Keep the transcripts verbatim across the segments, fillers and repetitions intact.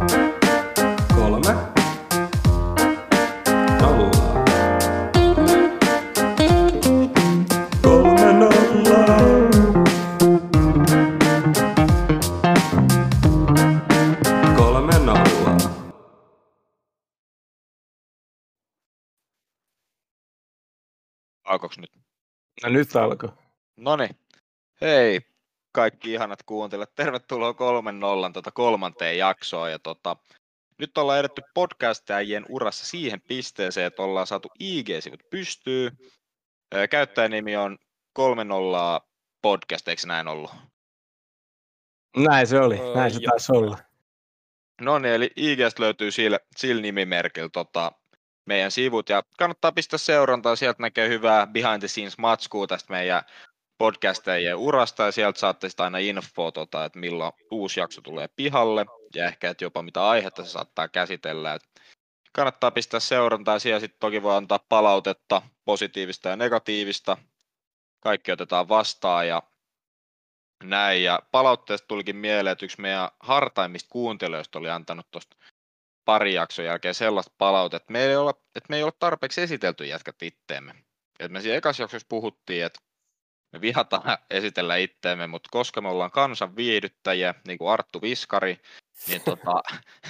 Kolme. Nolla. Kolme nollaa. Kolme nollaa. Alkoiks nyt? No nyt alkoi. Noniin. Hei kaikki ihanat kuuntelijat. Tervetuloa kolmen nollan tota kolmanteen jaksoon. Ja tota, nyt ollaan edetty podcastajien urassa siihen pisteeseen, että ollaan saatu I G-sivut pystyy. Käyttäjänimi on kolme nollaa podcast, eikö näin ollut? Näin se oli, Öö, näin se joo. taisi olla. No niin, eli I G:stä löytyy sillä, sillä nimimerkillä tota, meidän sivut. Ja kannattaa pistää seurantaa, sieltä näkee hyvää behind the scenes matskua tästä meidän podcastajien urasta. Ja sieltä saatte sitten aina infoa, tota, että milloin uusi jakso tulee pihalle. Ja ehkä että jopa mitä aihetta se saattaa käsitellä. Et kannattaa pistää seurantaa, siellä sitten toki voi antaa palautetta, positiivista ja negatiivista. Kaikki otetaan vastaan ja näin. Ja palautteesta tulikin mieleen, että yksi meidän hartaimmista kuuntelijoista oli antanut tuosta pari jakson jälkeen sellaista palautetta, että me ei ole, että me ei ole tarpeeksi esitelty jätkät itteemme. Et me siinä ekassa jaksossa puhuttiin, että me vihataan esitellä itteemme, mutta koska me ollaan kansan viihdyttäjiä, niin kuin Arttu Viskari, niin, tota,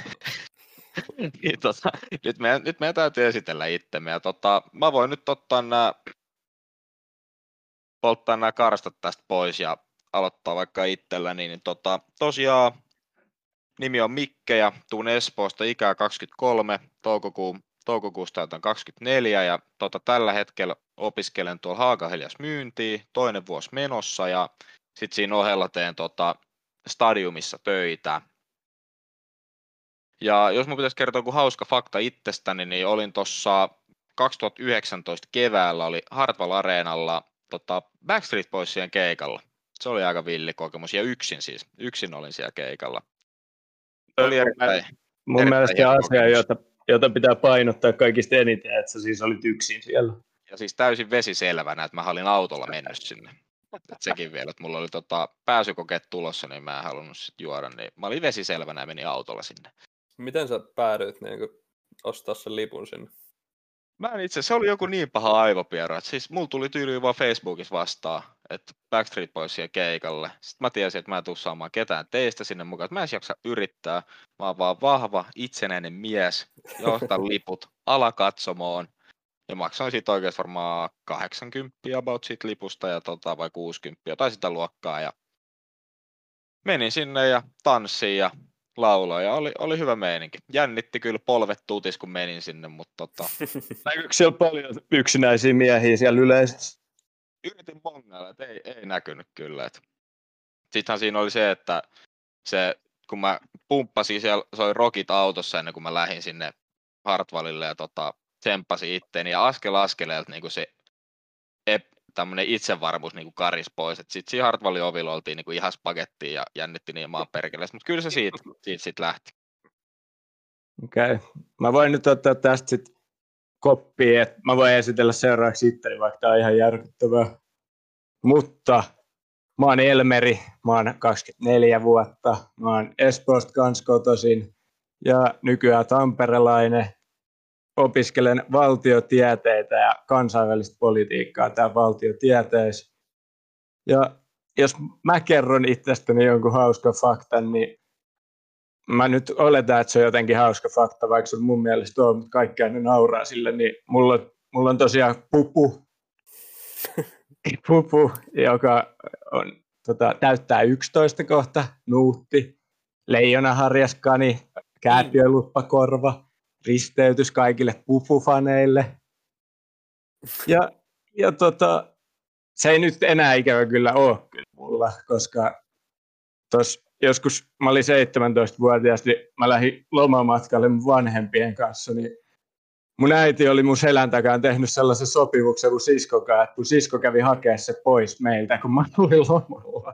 niin tota, nyt, meidän, nyt meidän täytyy esitellä itsemme. Ja tota, mä voin nyt ottaa nämä, polttaa nämä karstat tästä pois ja aloittaa vaikka itselläni. Niin tota, tosiaan nimi on Mikke ja tuun Espoosta, ikää kaksikymmentäkolme, toukokuun, toukokuusta täytän kaksikymmentäneljä ja tota, tällä hetkellä opiskelen tuolla Haagahelias myyntiä, toinen vuosi menossa ja sitten siinä ohella teen tota, Stadiumissa töitä. Ja jos mun pitäisi kertoa joku hauska fakta itsestäni, niin olin tuossa kaksituhattayhdeksäntoista keväällä, oli Hartwall Areenalla tota, Backstreet Boysien keikalla. Se oli aika villi kokemus ja yksin siis, yksin olin siellä keikalla. Se oli erittäin, Mun erittäin mielestä hieno asia, kokemus. jota, jota pitää painottaa kaikista eniten, että sä siis olit yksin siellä. Ja siis täysin vesiselvänä, että mä olin autolla mennyt sinne. Et sekin vielä, että mulla oli tota, pääsykokeet tulossa, niin mä en halunnut sit juoda, niin mä olin vesiselvänä ja menin autolla sinne. Miten sä päädyit niin ostaa sen lipun sinne? Mä en itse, se oli joku niin paha aivopiero, että siis mulla tuli tyyliin vaan Facebookissa vastaan, että Backstreet Boysien keikalle. Sitten mä tiesin, että mä en tuu saamaan ketään teistä sinne mukaan, että mä en jaksa yrittää. Mä oon vaan vahva, itsenäinen mies, johtan liput alakatsomoon. Ja maksoin siitä oikeasti varmaan kahdeksankymmentä about siitä lipusta ja tota, vai kuusikymmentä, tai sitä luokkaa. Ja menin sinne ja tanssin ja lauloin ja oli, oli hyvä meininki. Jännitti kyllä polvet tutis, kun menin sinne, mutta tota, Näkyykö siellä paljon yksinäisiä miehiä siellä yleisössä? yritin bongailla, että ei, ei näkynyt kyllä. Et. Sittenhän siinä oli se, että se, kun mä pumppasin siellä, soi rockit autossa ennen kuin mä lähdin sinne Hartwallille ja tota, tsemppasin itteeni ja askel askeleelta niin se ep- tämmönen itsevarmuus niin karis pois. Sitten siinä Hartwallin ovilla oltiin niin ihan spagettiin ja jännitti niin maan perkeleessä, mutta kyllä se siitä, siitä sit lähti. Okei. Okay. Mä voin nyt ottaa tästä sit koppia, että mä voin esitellä seuraavaksi itteni, vaikka tää on ihan järkyttävää. Mutta mä oon Elmeri, mä oon kaksikymmentäneljä vuotta, mä oon Espoosta kans kotoisin ja nykyään tamperelainen. Opiskelen valtiotieteitä ja kansainvälistä politiikkaa tää valtiotieteessä. Ja jos mä kerron itsestäni jonkun hauskan faktan, niin mä nyt oletan, että se on jotenkin hauska fakta, vaikka se on mun mielestä on, mutta kaikki aina nauraa sille, niin mulla on, mulla on tosiaan pupu, pupu, joka on, tota, täyttää yksitoista kohta, nuutti, leijonaharjaskani, kääpiöluppakorva, risteytys kaikille pupufaneille. Ja, ja tota, se ei nyt enää ikävä kyllä ole kyllä mulla, koska tos, joskus mä olin seitsemäntoistavuotias, niin mä lähdin lomamatkalle mun vanhempien kanssa, niin mun äiti oli mun selän takaan tehnyt sellaisen sopimuksen mun siskon kanssa, että mun sisko kävi hakemaan se pois meiltä, kun mä tulin lomalla.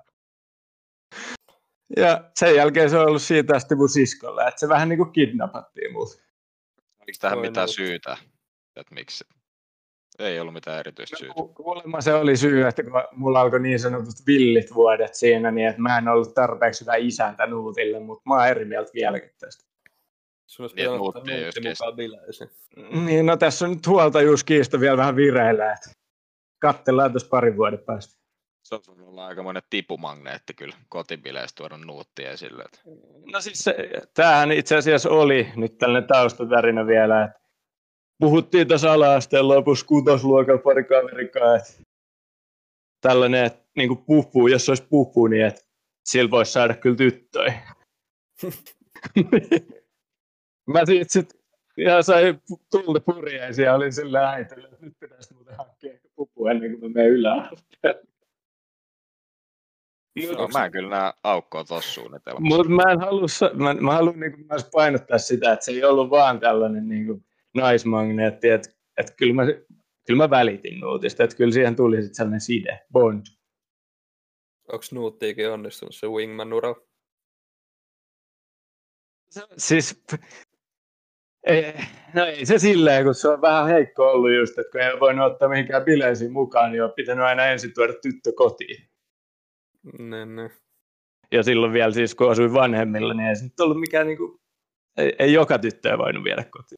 Ja sen jälkeen se on ollut siitä asti mun siskolla, että se vähän niin kuin kidnappattiin multa. Oliko tähän Oi, mitään no. syytä? Että miksi? Ei ollut mitään erityistä syytä. Kuulemma se oli syy, että kun mulla alkoi niin sanotut villit vuodet siinä, niin että mä en ollut tarpeeksi hyvä isäntä nuutille, mutta mä oon eri mieltä vieläkin tästä. Sun olisi Niin, pitänyt että ottaa nuutti ei nuutti olisi mukaan bileisiin. Niin, no tässä on nyt huoltajuuskiista vielä vähän vireillä, että katsellaan tuossa parin vuoden päästä. Se on olla aikamoinen tipumagneetti kyllä kotibileistä tuoda nuuttia esille. Että No siis se, tämähän itse asiassa oli nyt tällainen taustatarina vielä, että puhuttiin tuossa ala-asteen lopussa kutosluokalla pari kaverikaa, että tällainen, että niin puffuu, jos olisi puffu, niin että sillä voisi saada kyllä tyttöjä. Mä siitä sitten ihan sain tulta purjeisiin ja olin sillä äitillä, että nyt pitäisi muuten hankkia ehkä puffu ennen kuin mä menen yläasteen. no, mä en kyllä näe aukkoa tuossa suunnitelmassa. Mutta mä en halua, mä, mä haluan niin myös painottaa sitä, että se ei ollut vaan tällainen niin kuin naismagneetti, että, että kyllä, mä, kyllä mä välitin nuutista, että kyllä siihen tuli sitten sellainen side, bond. Onko nuuttiikin onnistunut se wingman-ura? Siis, ei, no ei se silleen, kun se on vähän heikko ollut just, että kun ei ole voinut ottaa mihinkään bileisiin mukaan, niin on pitänyt aina ensin tuoda tyttö kotiin. Ne, ne. Ja silloin vielä siis, kun asuin vanhemmilla, niin ei se nyt ollut mikään, niin kuin, ei, ei joka tyttöä voinut viedä kotiin.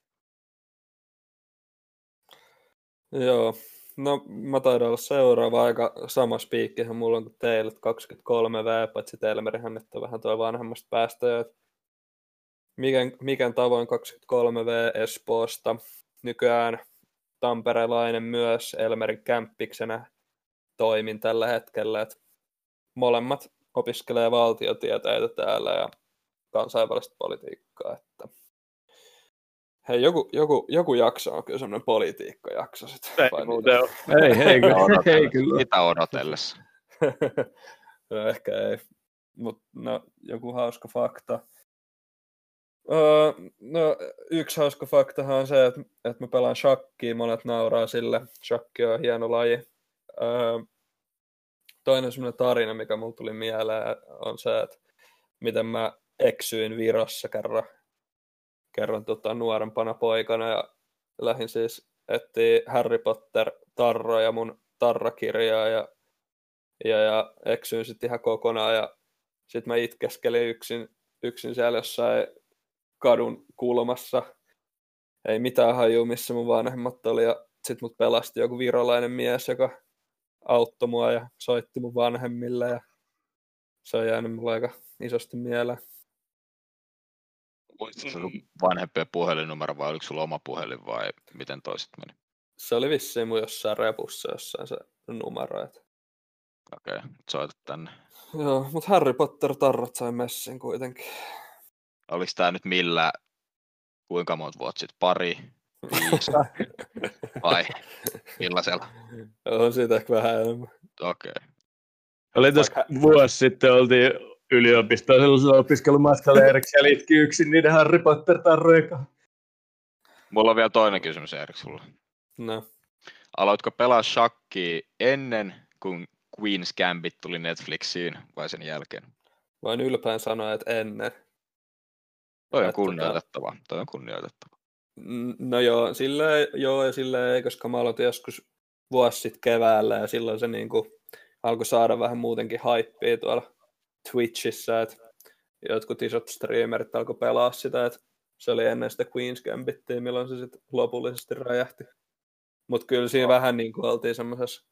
Joo, no mä taidan olla seuraava aika sama spiikkihän mulla on kuin teille, kaksikymmentäkolme vuotta, paitsi Telmerihän nyt on vähän tuo vanhemmasta päästä jo, mikään, mikään tavoin kaksikymmentäkolme vuotta Espoosta, nykyään tamperelainen myös, Elmerin kämppiksenä toimin tällä hetkellä, että molemmat opiskelee valtiotieteitä täällä ja kansainvälistä politiikkaa, että hei, joku, joku, joku jakso on kyllä semmoinen politiikkajakso sitten. Ei muuten ole. Ei, ei, kyllä. ei kyllä. Mitä odotellessa? No, ehkä ei, mutta no, joku hauska fakta. Öö, no, yksi hauska faktahan on se, että, että mä pelaan shakkia, monet nauraa sille. Shakki on hieno laji. Öö, toinen semmoinen tarina, mikä mulle tuli mieleen, on se, että miten mä eksyin Virossa kerran, kerran tota, nuorempana poikana ja lähdin siis etsiä Harry Potter-tarroja mun tarrakirjaa ja, ja, ja eksyin sitten ihan kokonaan ja sitten mä itkeskelin yksin, yksin siellä jossain kadun kulmassa. Ei mitään hajua, missä mun vanhemmat oli ja sitten mut pelasti joku virolainen mies, joka auttoi mua ja soitti mun vanhemmille ja se on jäänyt mulle aika isosti mieleen. Muistatko sun vanhempien puhelinnumero vai oliko sulla oma puhelin vai miten toiset meni? Se oli vissiin mun jossain repussa jossain se numero. Että... Okei, okay, soitat tänne. Joo, mutta Harry Potter-tarrat sai messin kuitenkin. Oliko tää nyt millä, kuinka monta vuotta sitten, pari, viisi vai millaisella? On siitä ehkä vähän enemmän. Okei. Okay. Oli tuossa vuosi sitten, oltiin yliopistoon sellaisella opiskelumatkalla Erik selitki yksin niiden Harry Potter-tarrojen kanssa. Mulla on vielä toinen kysymys Erik sulle. No. Aloitko pelaa shakkia ennen kuin Queen's Gambit tuli Netflixiin vai sen jälkeen? Voin ylpeän sanoa, että ennen. Toi on että kunnioitettava. Tota... Toi on kunnioitettava. No joo, silleen, joo ja silleen ei, koska mä aloitin joskus vuosi sitten keväällä ja silloin se niinku alkoi saada vähän muutenkin hypeä tuolla Twitchissä, että jotkut isot streamerit alkoi pelaa sitä, että se oli ennen sitä Queen's Gambittia, milloin se sitten lopullisesti räjähti. Mutta kyllä siinä oh. vähän niin kuin oltiin semmoisessa...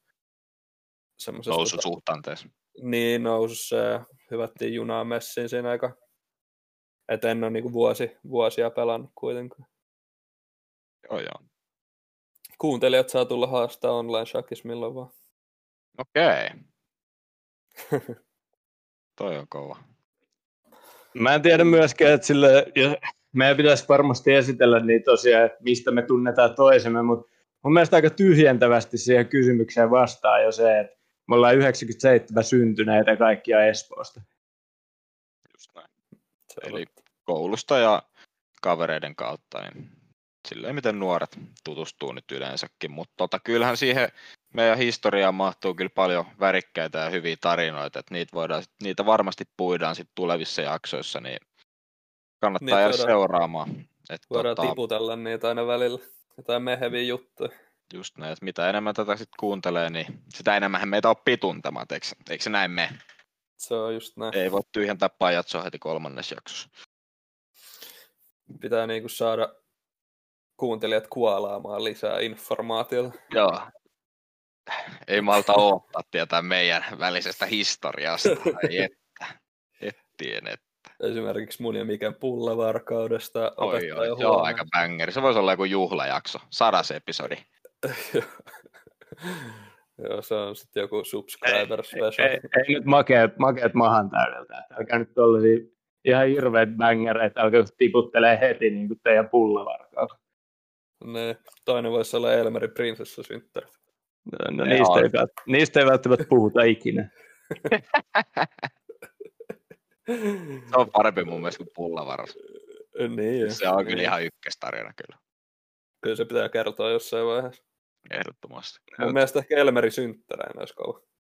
Noususuhtanteessa. Niin, nousussa ja hyvättiin junaa messiin siinä aika... Että en ole niin kuin vuosi, vuosia pelannut kuitenkaan. Joo, joo. Kuuntelijat saa tulla haastaa online shakissa milloin vaan. Okei. Okay. Toi on kova. Mä en tiedä myöskään, että sille, meidän pitäisi varmasti esitellä niitä tosiaan, että mistä me tunnetaan toisemme, mutta mun mielestä aika tyhjentävästi siihen kysymykseen vastaa jo se, että me ollaan yhdeksänkymmentäseitsemän syntyneitä kaikkia Espoosta. Just näin. Eli koulusta ja kavereiden kautta, niin silleen miten nuoret tutustuu nyt yleensäkin, mutta tota, kyllähän siihen meidän historiaan mahtuu kyllä paljon värikkäitä ja hyviä tarinoita, että niitä, voidaan, niitä varmasti puidaan sitten tulevissa jaksoissa, niin kannattaa niin, jäädä voidaan, seuraamaan. Että voidaan tota, tiputella niitä aina välillä, jotain meheviä juttuja. Just näin, että mitä enemmän tätä sitten kuuntelee, niin sitä enemmän meitä oppii tuntemaan, eikö, eikö se näin mene? Se on just näin. Ei voi tyhjentää pajatsoa heti kolmannes jaksossa. pitää niinku saada kuuntelijat kuolaamaan lisää informaatiota. Joo. Ei malta odottaa tietää meidän välisestä historiasta. Ei että. Et tiennyt. Esimerkiksi mun ja Miken pullavarkaudesta. Oi, oi, se on aika bangeri. Se voisi olla joku juhlajakso. Sadas episodi. Joo, se on sitten joku subscriber special. Ei, ei, ei nyt makeet, makeet mahan täydeltä. Että älkää nyt tollasia ihan hirveät bangereita, älkää tiputtelee heti niin kuin teidän pullavarkaus. Ne, toinen voisi olla Elmeri prinsessasynttärit. No, no niistä, ei, niistä ei välttämättä puhuta ikinä. Se on parempi mun mielestä kuin pullavaras. Niin, se on niin. kyllä ihan ykköstarina kyllä. Kyllä se pitää kertoa jossain vaiheessa. Ehdottomasti. Mun mielestä ehkä Elmeri synttärein olisi kova.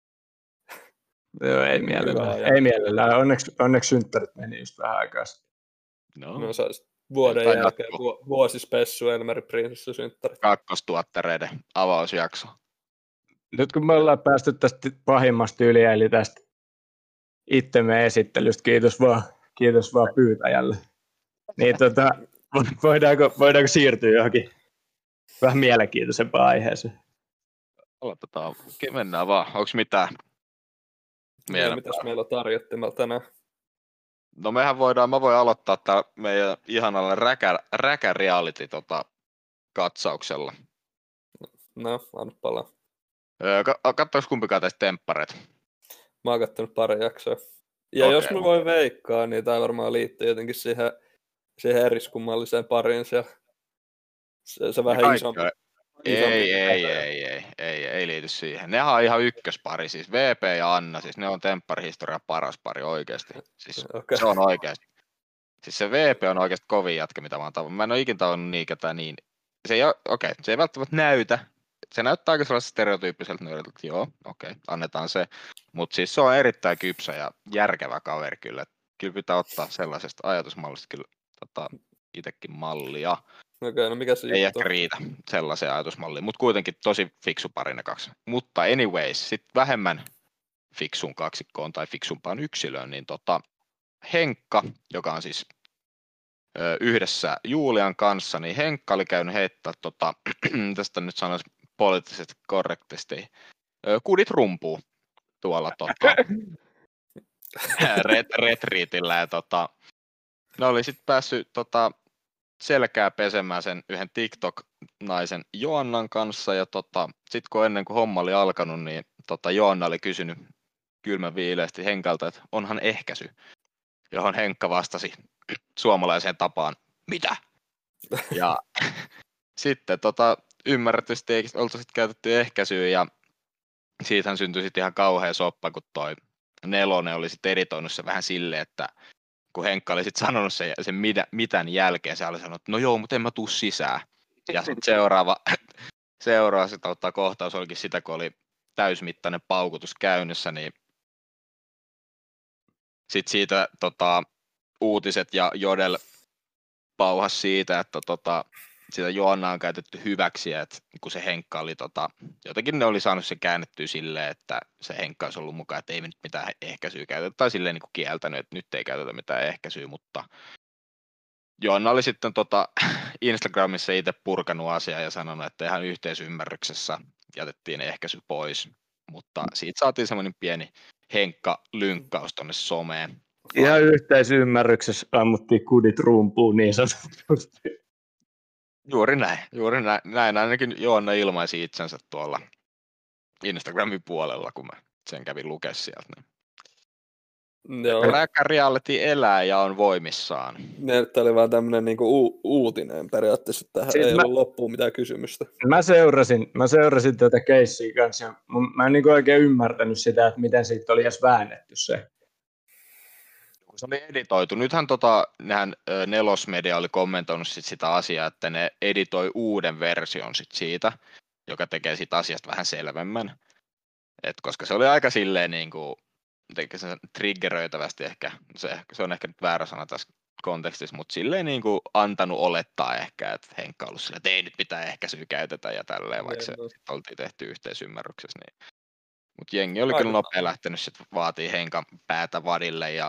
Joo, ei mielellään. Ei mielellään. Onneksi, onneksi synttärit meni just vähän aikaa sitten. No. No saisi vuoden Tai jälkeen jatko. vu- vuosispessu Elmeri prinsessasynttärit. Kakkostuottereiden avausjakso. Nyt kun me ollaan päästy tästä pahimmasta yli, eli tästä itsemme esittelystä, kiitos vaan, kiitos vaan pyytäjälle. Niin tota, voidaanko, voidaanko siirtyä johonkin vähän mielenkiintoisempaan aiheeseen? Aloitetaan. Mennään vaan. Onko mitään? Ja mitäs meillä on tarjottimella tänään? No mehän voidaan, mä voin aloittaa tää meidän ihanalla räkä, räkä reality tota, katsauksella. No, anna palaa. Öö, katsoinko kumpikaan tästä temppareita? Mä oon kattonut pari jaksoa. Ja Okei. jos mä voin veikkaa, niin tää varmaan liittyy jotenkin siihen, siihen eriskummalliseen pariin. Se, se, se vähän Kaikki isompi. on- Ei, ei, ei, ei, ei, ei, ei liity siihen. Nehän on ihan ykköspari, siis V P ja Anna, siis ne on tempparihistorian paras pari oikeesti. Siis Okei. se on oikeesti. Siis se V P on oikeesti kovin jätkä, mitä mä oon tavannut. Mä en oo ikinä tavannut niin ketään niin. Se ei, okei, okay, se ei välttämättä näytä. Se näyttää aika sellaiselta stereotyyppiseltä nöydältä, että joo, okei, okay, annetaan se. Mutta siis se on erittäin kypsä ja järkevä kaveri kyllä. Et kyllä pitää ottaa sellaisesta ajatusmallista kyllä tota, itekin mallia. Okei, no mikä se Ei juttu ehkä riitä sellaiseen ajatusmalliin, mutta kuitenkin tosi fiksu pari ne kaksi. Mutta anyways, sitten vähemmän fiksun kaksikkoon tai fiksumpaan yksilöön, niin tota, Henkka, joka on siis ö, yhdessä Julian kanssa, niin Henkka oli käynyt heittää, tota, tästä nyt sanoisi poliittisesti korrektisti, ö, kudit rumpuu tuolla tota, ret, retriitillä. Ja, tota, ne oli sitten päässyt tota, selkää pesemään sen yhden TikTok-naisen Joannan kanssa, ja tota, sitten kun ennen kuin homma oli alkanut, niin tota, Joanna oli kysynyt kylmän viileästi Henkalta, että onhan ehkäisy, johon Henkka vastasi suomalaiseen tapaan, mitä? Ja sitten tota, ymmärretysti ei oltaisi käytetty ehkäisyä, ja siitähän syntyi sitten ihan kauhea soppa, kun toi Nelonen oli sitten editoinut se vähän silleen, että kun Henkka oli sitten sanonut sen, sen mitä, mitän jälkeen, se oli sanonut, että no joo, mutta en mä tuu sisään. Ja sitten seuraava, seuraava se, tota, kohtaus olikin sitä, kun oli täysmittainen paukutus käynnissä, niin sitten siitä tota, uutiset ja Jodel pauhas siitä, että tota, sitä Joannaa on käytetty hyväksi, että kun se Henkka oli, tota, jotenkin ne oli saanut se käännettyä silleen, että se Henkka olisi ollut mukaan, että ei me nyt mitään ehkäisyä käytetä, tai silleen niin kuin kieltänyt, että nyt ei käytetä mitään ehkäisyä, mutta Joanna oli sitten tota, Instagramissa itse purkanut asiaa ja sanonut, että ihan yhteisymmärryksessä jätettiin ehkäisy pois, mutta siitä saatiin semmoinen pieni Henkka-lynkkaus tonne someen. Ihan yhteisymmärryksessä ammuttiin kudit rumpuun niin sanotusti. Juuri näin, juuri näin, näin ainakin Joanna ilmaisi itsensä tuolla Instagramin puolella, kun mä sen kävin lukea sieltä. Joo. Räkä reality elää ja on voimissaan. Tämä oli vaan tämmöinen niinku u- uutinen periaatteessa, tähän Siis ei mä- ollut loppuun mitään kysymystä. Mä seurasin, mä seurasin tätä keissiä kanssa ja mun- mä en niin oikein ymmärtänyt sitä, että miten siitä oli edes väännetty se. Kun se oli editoitu. Nythän tota, nehän, ö, Nelosmedia oli kommentoinut sit sitä asiaa, että ne editoi uuden version sit siitä, joka tekee siitä asiasta vähän selvemmän. Et koska se oli aika silleen niin kuin, mitenkä se triggeröitävästi ehkä, se, se on ehkä nyt väärä sana tässä kontekstissa, mutta silleen niin kuin antanut olettaa ehkä, että Henkka on ollut silleen, että ei nyt mitään ehkäisyä käytetä ja tälleen, vaikka se Joo. sit oltiin tehty yhteisymmärryksessä. Niin. Mutta jengi oli Aika- kyllä nopea lähtenyt sit vaatii Henkan päätä vadille ja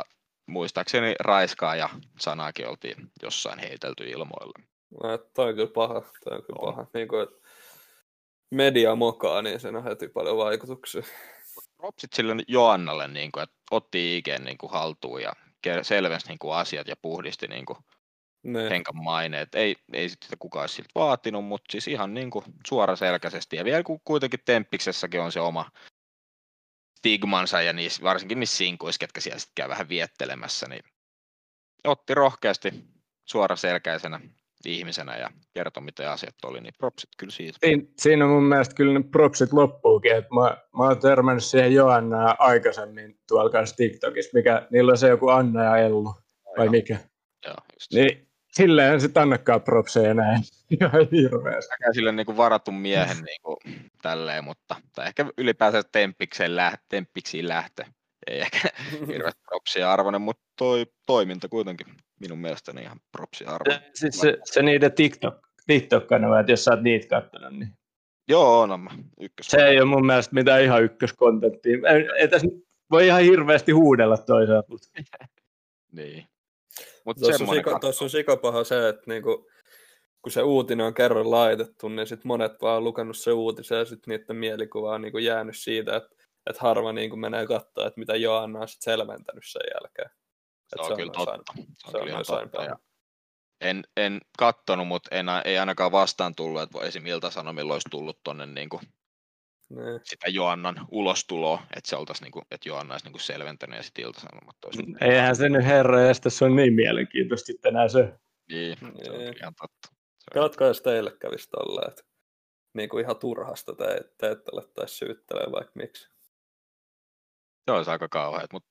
muistaakseni raiskaaja sanaakin oltiin jossain heitelty ilmoille. No, toi on kyllä paha. Toi on kyllä On. paha. Niin kuin, että media mokaa, niin siinä on heti paljon vaikutuksia. Propsit sille Joannalle, niin kuin, että otti I G:n niin kuin haltuun ja ker- selvensi niin kuin asiat ja puhdisti niin kuin Niin. Henkan maineet. Ei, ei sitä kukaan olisi siltä vaatinut, mutta siis ihan niin kuin suoraselkäisesti. Ja vielä kun kuitenkin Temppiksessäkin on se oma stigmansa ja niissä, varsinkin niissä sinkuissa, ketkä siellä sitten käy vähän viettelemässä, niin otti rohkeasti suoraselkäisenä ihmisenä ja kertoi, mitä asiat oli, niin propsit kyllä siitä. Siin, siinä on mun mielestä kyllä ne propsit loppuukin, että mä, mä oon törmännyt siihen Joannaa aikaisemmin tuolla kanssa TikTokissa, mikä, niillä on se joku Anna ja Ellu, vai Joo. mikä. Joo, just. Niin silleen se annakaan propseja näin ihan hirveästi. Näkää sille niin kuin varatun miehen niin kuin, tälleen, mutta tai ehkä ylipäänsä Temppikseen lähtö, Temppiksiin lähtö. Ei ehkä hirveästi propsia arvoinen, mutta toi toiminta kuitenkin minun mielestäni ihan propsia arvoinen. Siis se, se niiden TikTok, TikTok-kanava, että jos sä oot niitä kattonut, niin Joo, on mä ykkös. se ei ole mun mielestä mitään ihan ykköskontenttia. Ei, ei tässä voi ihan hirveästi huudella toisaalta. Niin. Mut Tuossa on, semmoinen sika, katso. tuossa on sikapaha se, että niinku, kun se uutinen on kerran laitettu, niin sit monet vaan on lukenut se uutisen ja sitten niiden mielikuva on niinku jäänyt siitä, että et harva niinku menee katsoa, että mitä Joanna on sit selventänyt sen jälkeen. Se on kyllä totta. Se on se on kyllä ihan noin totta. paha. Ja en, en kattonut, mutta en, ei ainakaan vastaan tullut, että esim. Ilta-Sanomilla olisi tullut tonne niinku Niin. sitä Joannan ulostuloa, että se oltaisiin niinku, että Joanna olisi niinku selventänyt ja sitten Ilta-Sanomat olisi. Eihän se nyt herra estä, se on niin mielenkiintoista sitten enää se. Niin, se on kyllä Niin. ihan totta. Se on- Katko, jos teille kävisi tolleen, että niinku ihan turhasta te, te ette alettaisi syyttelemään vaikka miksi. Se olisi aika kauheat, mutta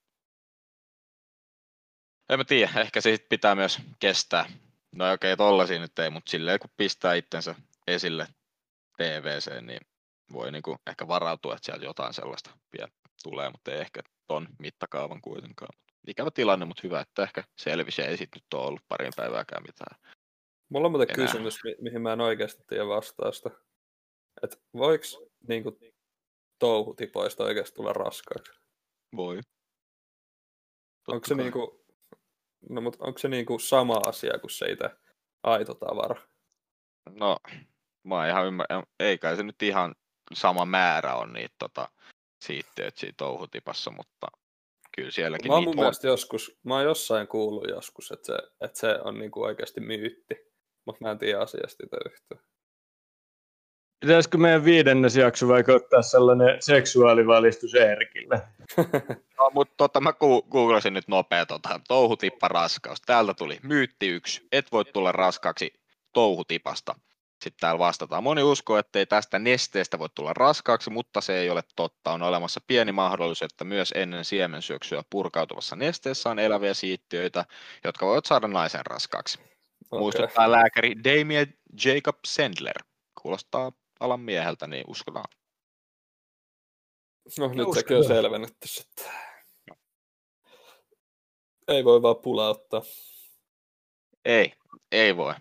en mä tiedä, ehkä se sit pitää myös kestää. No okei, okay, tollasia nyt ei, mutta silleen kun pistää itsensä esille T V-seen, niin voi niinku ehkä varautua, että sieltä jotain sellaista vielä tulee, mutta ei ehkä ton mittakaavan kuitenkaan. Ikävä tilanne, mutta hyvä, että ehkä selvisi ja ei sit nyt ole ollut parin päivääkään mitään. Mulla on muuten Enää. kysymys, mi- mihin mä en oikeasti tiedä vastausta. Että voiko niinku, touhutipoista oikeasti tulla raskaaksi? Voi. Onko se, kai. niinku, no, mut onko se niinku sama asia kuin se itse aito tavara? No, mä ihan ymmärrän, ei kai se nyt ihan sama määrä on niitä tota, siitteet siinä touhutipassa, mutta kyllä sielläkin Mä oon niitä mun on. mielestä joskus, mä oon jossain kuullut joskus, että se, että se on niinku oikeasti myytti, mutta mä en tiedä asiasta itse yhtään. Pitäisikö meidän viidennes jakso vaikka ottaa sellainen seksuaalivalistus Eerikille? No, mutta tota, mä ku- googlasin nyt nopea tota, touhutippa raskaus. Täältä tuli myytti yksi. Et voi tulla raskaaksi touhutipasta. Sitten täällä vastataan. Moni uskoo, että ei tästä nesteestä voi tulla raskaaksi, mutta se ei ole totta. On olemassa pieni mahdollisuus, että myös ennen siemensyöksyä purkautuvassa nesteessä on eläviä siittiöitä, jotka voivat saada naisen raskaaksi. Okei. Muistuttaa lääkäri Damien Jacob Sandler. Kuulostaa alan mieheltä, niin uskotaan. No nyt Uskon. sekin on selvennetty sitten. Ei voi vaan pulauttaa. Ei, ei voi.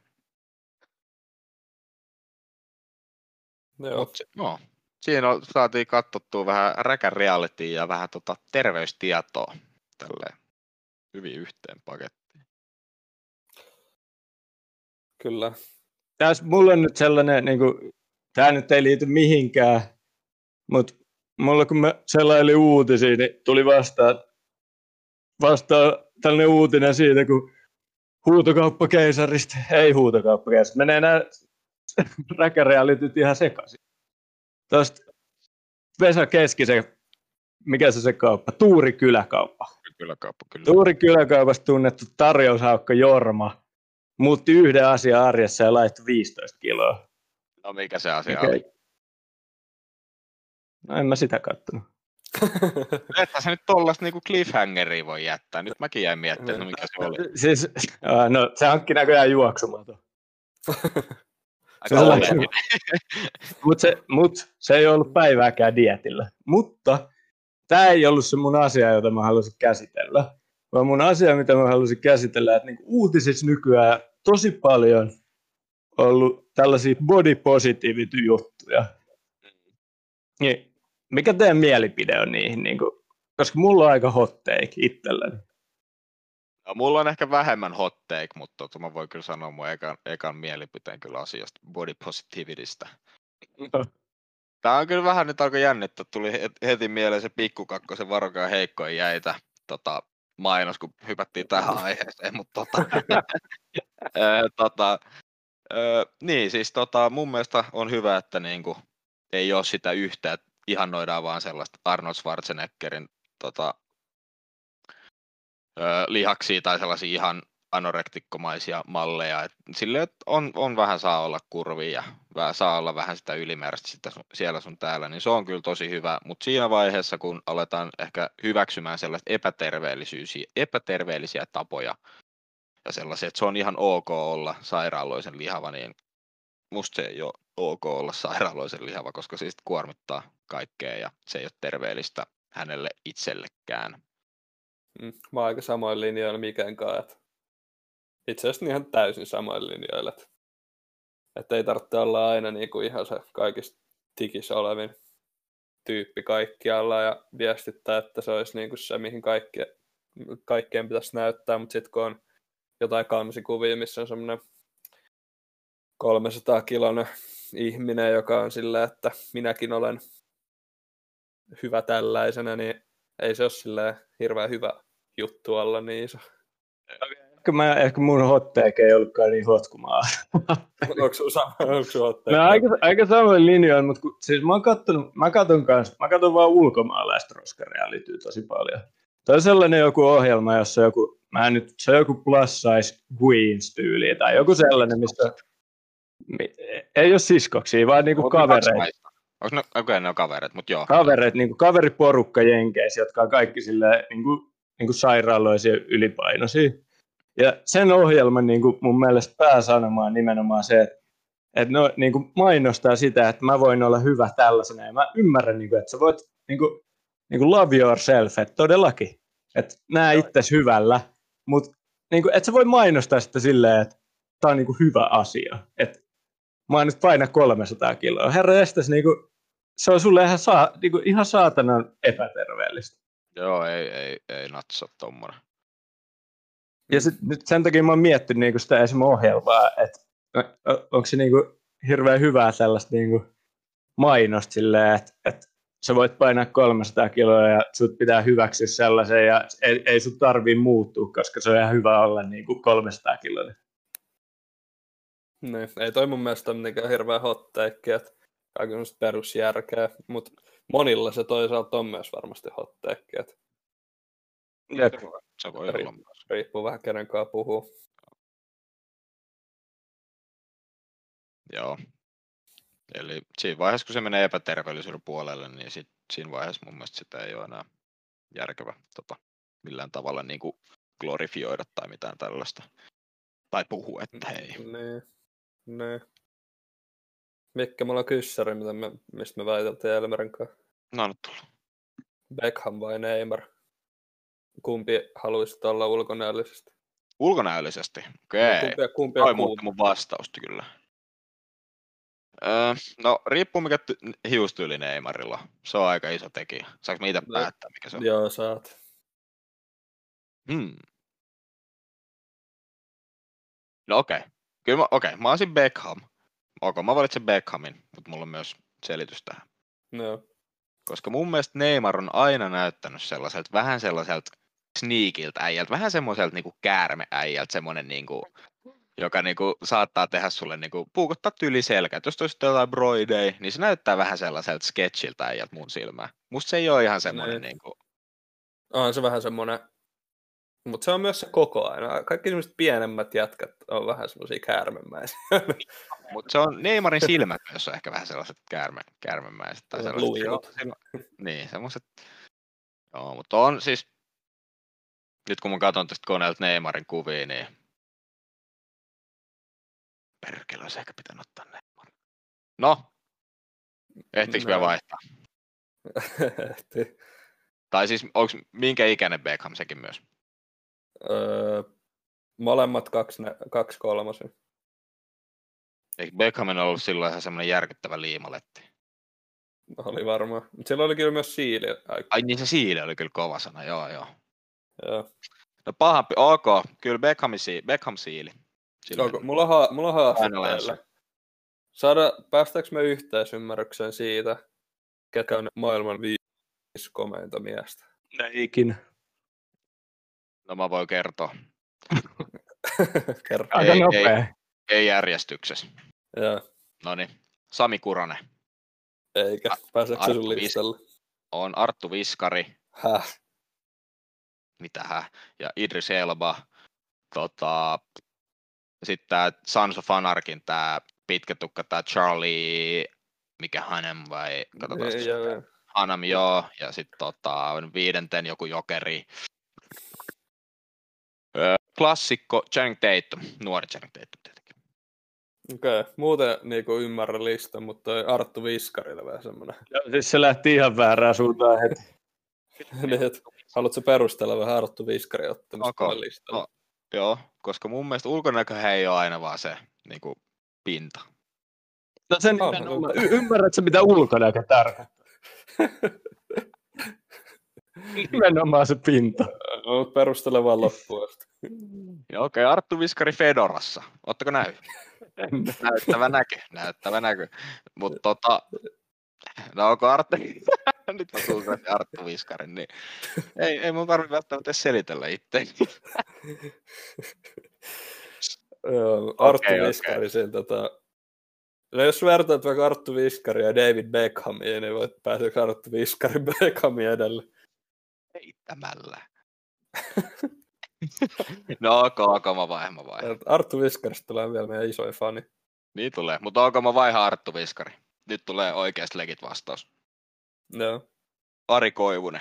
Joo. Mut, se- no, siinä on, saatiin katsottua vähän räkän realitya ja vähän tota terveystietoa tälleen hyvin yhteen pakettiin. Kyllä. Tässä mulla on nyt sellainen, niin kuin, tämä nyt ei liity mihinkään, mutta mulla kun mä selailin uutisia, niin tuli vastaan, vastaan tällainen uutinen siitä, kun huutokauppakeisarista, ei huutokauppakeisarista, menee nämä räkärealityt ihan sekaisin. Tuosta Vesa Keskisen, mikä se se kauppa? Tuuri Kyläkauppa. Kyllä kauppa, kyllä. Tuuri Kyläkaupasta tunnettu tarjoushaukka Jorma muutti yhden asian arjessa ja laittoi viisitoista kiloa. No mikä se asia Okei. oli? No en mä sitä kattonut. Että se nyt tollaista niinku cliffhangeria voi jättää. Nyt mäkin jäin miettimään, no mikä se oli. Siis, äh, no se hankki näköjään juoksumaton. Aika se on oleellinen. Mutta se, mut, se ei ollut päivääkään dietillä. Mutta tämä ei ollut se mun asia, jota mä halusin käsitellä. Vaan mun asia, mitä mä halusin käsitellä, että niinku uutisissa nykyään tosi paljon ollut tällaisia body positivity juttuja. Niin, mikä teidän mielipide on niihin? Niinku, koska mulla on aika hot take itselläni. No, mulla on ehkä vähemmän hot take, mutta tota, mä voin kyllä sanoa mun ekan, ekan mielipiteen kyllä asiasta body positivitystä. Tää on kyllä vähän nyt alkoi jännittää. Tuli heti mieleen se pikkukakkosen varokaa heikkoja jäitä tota, mainos, kun hypättiin tähän aiheeseen. Mutta tota, tota, ö, niin, siis tota, mun mielestä on hyvä, että niinku, ei ole sitä yhtä, että ihannoidaan vaan sellaista Arnold Schwarzeneggerin tota, ö, lihaksia tai sellaisia ihan anorektikkomaisia malleja. Et sille, että on, on vähän saa olla kurvia ja vähän saa olla vähän sitä ylimääräistä sitä sun, siellä sun täällä, niin se on kyllä tosi hyvä. Mutta siinä vaiheessa, kun aletaan ehkä hyväksymään sellaista epäterveellisyysiä, epäterveellisiä tapoja ja sellaisia, että se on ihan ok olla sairaaloisen lihava, niin musta se ei ole ok olla sairaaloisen lihava, koska se sitten kuormittaa kaikkea ja se ei ole terveellistä hänelle itsellekään. Mm, mä oon aika samoin linjoilla Mikenkaan, että itse asiassa ihan täysin samoin linjoilla, että, että ei tarvitse olla aina niin kuin ihan se kaikista tikissä olevin tyyppi kaikkialla ja viestittää, että se olisi niin kuin se, mihin kaikkien, kaikkien pitäisi näyttää, mutta sitten kun on jotain kansikuvia, missä on semmoinen kolmesataa kiloinen ihminen, joka on sillä, että minäkin olen hyvä tällaisena, niin ei se ole silleen hirveän hyvä juttu olla niin iso. Ehkä, mä, ehkä mun hot take ei ollutkaan niin hot kuin mä Onko sun hot take? No, aika, aika samoin linjoin, mutta kun, siis mä oon kattonut, mä katon kanssa, mä katon vaan ulkomaalaista roskarealityä tosi paljon. Toi on sellainen joku ohjelma, jossa joku, mä nyt, se on joku plus size Queens tyyli tai joku sellainen, missä ei ole siskoksia, vaan niinku kavereita. Onko ne, okay, ne on kavereet, mutta joo. Kavereet, niinku kaveriporukka jenkeissä, jotka on kaikki silleen niinku, niinku sairaaloisia ylipainoisia. Ja sen ohjelman niinku mun mielestä pääsanoma on nimenomaan se, että et no, niinku mainostaa sitä, että mä voin olla hyvä tällaisena. Ja mä ymmärrän, niinku, että sä voit niinku, niinku love yourself, että todellakin. Että näe itsesi hyvällä, mutta niinku, et sä voi mainostaa sitä silleen, että tää on niinku hyvä asia. Että mä oon nyt paina kolmesataa kiloa. Herra estäs, niinku, se on sulle ihan, saa, niinku, ihan saatanan epäterveellistä. Joo, ei, ei, ei natsa tommonen. Ja sit, nyt sen takia mä oon miettinyt niinku sitä esimerkiksi ohjelmaa, että onko se niinku hirveän hyvää sellaista niinku mainosta silleen, että et sä voit painaa kolmesataa kiloa ja sut pitää hyväksyä sellaisen ja ei, ei sut tarvii muuttua, koska se on ihan hyvä olla niinku kolmesataa kiloa. Niin, ei toi mun mielestä ole mitenkään hirveän hot take, että kaikki on perusjärkeä, mutta monilla se toisaalta on myös varmasti hot take, että Jep. Se voi olla myös. Riippuu vähän kenen kanssa puhuu. Joo. Eli siinä vaiheessa, kun se menee epäterveellisyyden puolelle, niin sit, siinä vaiheessa mun mielestä sitä ei ole enää järkevä tota, millään tavalla niin kuin glorifioida tai mitään tällaista. Tai puhua, että hei. Niin. Niin. Mikä mulla on kyssäri, mitä me, mistä me väiteltiin Elmerin kanssa? No nyt tullut. Beckham vai Neymar? Kumpi haluaisit olla ulkonäöllisesti? Ulkonäöllisesti? Okei. Kumpi, kumpi Toi on muutti mun vastausta kyllä. Öö, no riippuu mikä ty- hiustyyli Neymarilla. Se on aika iso tekijä. Saanko mä itse No, päättää mikä se on? Joo, saat. Hmm. No okei. Okay. Kyllä mä, okei, okay. Mä olisin Beckham. Ok, mä valitsen Beckhamin, mutta mulla on myös selitys tähän. No. Koska mun mielestä Neymar on aina näyttänyt sellaiselta, vähän sellaiselta sneakiltä äijältä, vähän semmoiselta niinku käärmeäijältä, semmoinen niinku, joka niinku saattaa tehdä sulle niinku puukottaa tyli selkä. Et jos toisit jotain broideja, niin se näyttää vähän sellaiselta sketchiltä äijältä mun silmään. Musta se ei ole ihan semmoinen Ne. niinku... On se vähän semmoinen, mutta se on myös se koko aina. Kaikki semmoiset pienemmät jätkät on vähän semmoisia käärmemäisiä. Mutta se on Neymarin silmät myös on ehkä vähän sellaiset käärme, käärmemäiset. Tai sellaiset, Lujat. niin, semmoiset. Joo, mutta on siis, nyt kun mä katson tästä koneelta Neymarin kuvia, niin perkele olisi ehkä pitänyt ottaa Neymar. No, ehtiinkö No. vielä vaihtaa? Ehti. Tai siis, onko minkä ikäinen Beckham sekin myös? Öö, molemmat kaksi, kaksi kolmasen. Eikö Beckhamin ollut silloin ihan semmoinen järkyttävä liimaletti? Oli varmaan. Mutta sillä oli kyllä myös siili. Aika. Ai niin se siili oli kyllä kova sana, joo joo. Joo. No pahampi, ok, kyllä Beckham, Beckham siili. Onko, mulla on, ha- mulla on haaste Final teille. answer. Saada, päästäänkö me yhteisymmärrykseen siitä, ketkä on maailman viisi komeinta miestä? No ikinä. No mä voin kertoa. Kerro. Aika Ei, nopea. Ei, ei järjestyksessä. Joo. Noniin. Sami Kuranen. Eikä. Pääseekö se Arttu sun Vis- listalle? On Arttu Viskari. Häh? Mitähän? Ja Idris Elba. Tota, sitten tää Sons of Anarchin tää pitkä tukka, tää Charlie, mikä Hanem vai? Katsotaan. Ei, joo, joo. Hanem, joo. Ja sitten tota, viidenten joku jokeri. Öö, klassikko Channing Tatum. Nuori Channing Tatum tietenkin. Okei, okay. Muuten niinku ymmärrän listan, mutta toi Arttu Viskarille vähän semmonen. Joo, siis se lähti ihan väärään suuntaan heti. niin, et, haluatko perustella vähän Arttu Viskarin ottamista Okay. tälle listalle? No, joo, koska mun mielestä ulkonäköhän ei ole aina vaan se niinku, pinta. No sen On, nimenomaan. Y- ymmärrätkö mitä ulkonäkö tarkoittaa? Nimenomaan se pinta. No, mut perustele vaan loppuun. Joo, okei, okay, Arttu Viskari Fedorassa. Ottako näy? Näyttävä näkö, näyttävä näkö. Mutta tota, no onko Arttu, nyt mä kuulin Arttu Viskarin, niin ei, ei mun tarvitse välttämättä edes selitellä itse. Joo, Arttu Okei, Viskari okei. siinä tota... No jos vertaat vaikka Arttu Viskari ja David Beckhamia, niin voit pääseekö Arttu Viskari Beckhamin edelle? Heittämällä. No ok, ok, mä vaihan, mä vaihan. Arttu Viskarista tulee vielä meidän isoin fani. Niin tulee, mutta ok, mä vaihan Arttu Viskari. Nyt tulee oikeasti legit vastaus. Joo. Ari Koivunen.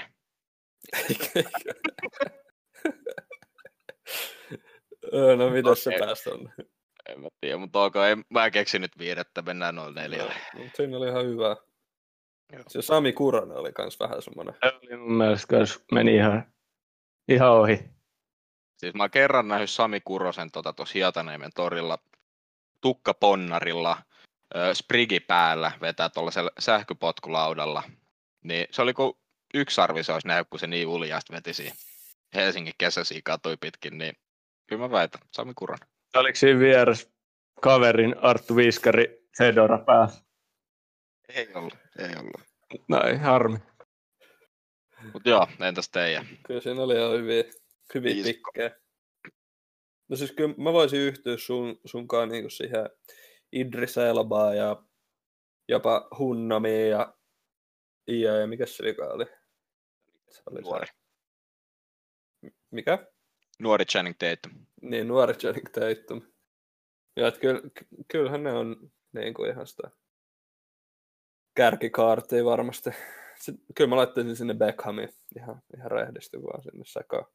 No mitäs se Okei. päästä on? En mä tiedä, mutta ok, en, mä keksin nyt viidettä, mennään noin neljälle. Mut siinä oli ihan hyvä. Joo. Se Sami Kuranen oli kans vähän semmonen. Se oli mun mielestä kans meni ihan, ihan ohi. Siis mä oon kerran nähnyt Sami Kurosen tuossa tota, Hietaniemen torilla tukkaponnarilla, ö, sprigi päällä, vetää tuollaisella sähköpotkulaudalla. Niin se oli kuin yksi arvi se olisi nähnyt, kun se niin uljaasti veti siinä Helsingin kesäisiä katui pitkin, niin kyllä mä väitän, Sami Kuronen. Oliko siinä vieras kaverin Arttu Viskari Fedora päässä? Ei ollut, ei ollut. No ei, harmi. Mut joo, entäs teidän? Kyllä siinä oli ihan hyviä, hyviä Viisikko. pikkejä. No siis kyllä mä voisin yhtyä sun, sunkaan niinku siihen Idris Elbaan ja jopa Hunnamiin ja ja, ja mikä se liikaa oli? Se oli Nuori. Se. Mikä? Nuori Channing Tatum. Niin, nuori Channing Tatum. Ja et kyllä, kyllähän ne on niin kuin ihan sitä kärkikaartia varmasti. Sitten, kyllä mä laittaisin sinne Beckhamin ihan, ihan rehdisti vaan sinne sekaan.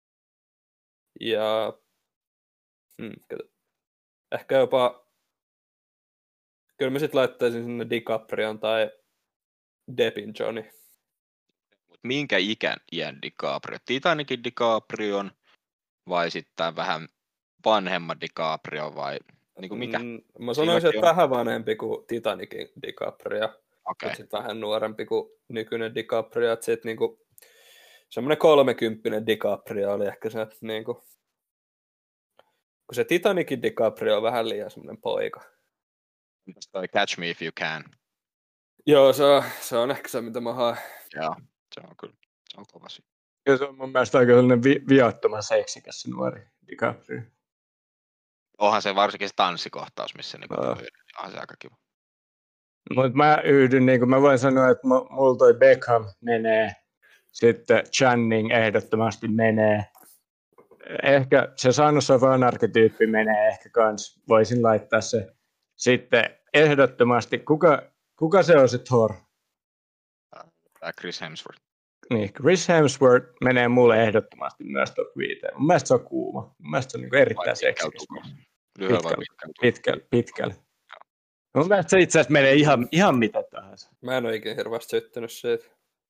Ja hmm, ehkä jopa kyllä mä sitten laittaisin sinne DiCaprion tai Deppin Johnny. Minkä ikän iän DiCaprio? Titanicin DiCaprion vai sitten vähän vanhemman DiCaprio vai niin kuin mikä? Mm, mä sanoisin, että on- vähän vanhempi kuin Titanicin DiCaprio. Okei. Okay. Sitten vähän nuorempi kuin nykyinen DiCaprio. Että sit niinku semmoinen kolmekymppinen DiCaprio oli ehkä se, niinku, kun se Titanicin DiCaprio on vähän liian semmoinen poika. Mitäs toi Catch Me If You Can? Joo, se on, se on ehkä se, mitä mä haen. Joo, se on kyllä. Se on kova syy. Ja se on mun mielestä aika sellainen vi- viattoman seksikäs se nuori DiCaprio. Onhan se varsinkin se tanssikohtaus, missä niinku Joo. onhan se aika kiva. Mutta mä yhdyn, niin kuin mä voin sanoa, että mu- mulla toi Beckham menee, sitten Channing ehdottomasti menee. Ehkä se Sons of Anarchy-tyyppi menee ehkä kans, voisin laittaa se. Sitten ehdottomasti, kuka, kuka se on se Thor? Tää Chris Hemsworth. Niin, Chris Hemsworth menee mulle ehdottomasti myös top viiteen. Mun mielestä se on kuuma. Mun mielestä se on niin erittäin Vai seksikäs. pitkällä Lyhyellä vai Pitkällä. pitkällä? Pitkällä, pitkällä. Mun mielestä se itse asiassa menee ihan, ihan mitä tahansa. Mä en ole ikinä hirveästi syttynyt siitä.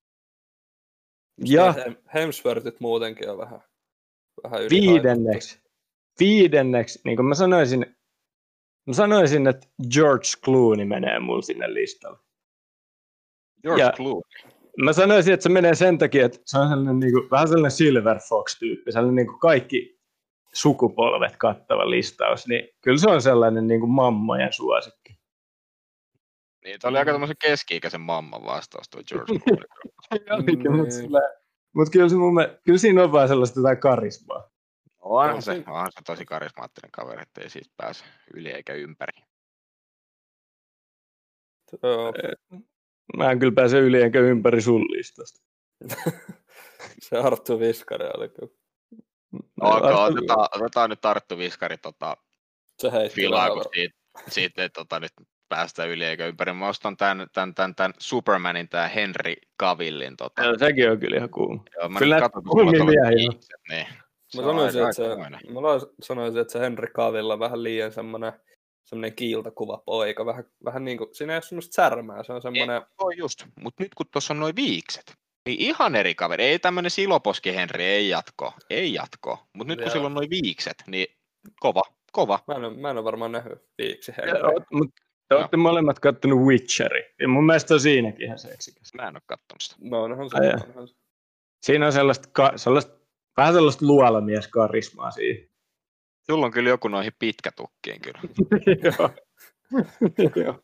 Ja Hem- Hemsworthit muutenkin on vähän, vähän yli viidenneksi, viidenneksi, niin kuin mä sanoisin, mä sanoisin, että George Clooney menee mulla sinne listalle. George Ja- Clooney. mä sanoisin, että se menee sen takia, että se on sellainen, niin kuin, vähän sellainen Silver Fox-tyyppi, sellainen niin kuin kaikki sukupolvet kattava listaus, niin kyllä se on sellainen niin kuin mammojen suosikki. Niin, tämä oli aika tämmöisen keski-ikäisen mamman vastaus tuo George Floyd. Mutta mut kyllä, se mun mielestä, kyllä siinä on vaan sellaista jotain karismaa. Onhan se, onhan se tosi karismaattinen kaveri, ettei siitä pääse yli eikä ympäri. Joo. Mä en kyllä pääse yli enkä ympäri sun listasta. Se Arttu Viskari oli kyllä. Okay, otetaan, otetaan nyt Arttu Viskari tota, se filaa, kun siitä, siitä ei tota, nyt päästä yli eikä ympäri. Mä ostan tämän, tämän, tämän, tämän Supermanin, tämän Henry Cavillin. Tota. Ja, sekin on kyllä ihan kuuma. Joo, mä kyllä nyt katson, kun mulla on viikset, niin. Mä sanoisin, että se, mä sanoisin, että se Henry Cavill on vähän liian semmoinen semmoinen kiiltokuva poika. Vähän, vähän niin kuin, siinä ei ole semmoista särmää, se on semmoinen... Ei, just, mutta nyt kun tuossa on noin viikset, niin ihan eri kaveri. Ei tämmöinen siloposki Henry, ei jatko, ei jatko. Mutta nyt kun sillä on noin viikset, niin kova, kova. Mä en ole, mä en ole varmaan nähnyt viiksi Henry. Mutta te olette molemmat kattonut Witcheri. Ja mun mielestä on siinäkin ihan seksikäs. Mä en ole kattonut sitä. No onhan se. Onhan se. Siinä on sellaista, sellaista, vähän sellaista luolamies-karismaa siihen. Sulla on kyllä joku noihin pitkätukkiin kyllä. Joo.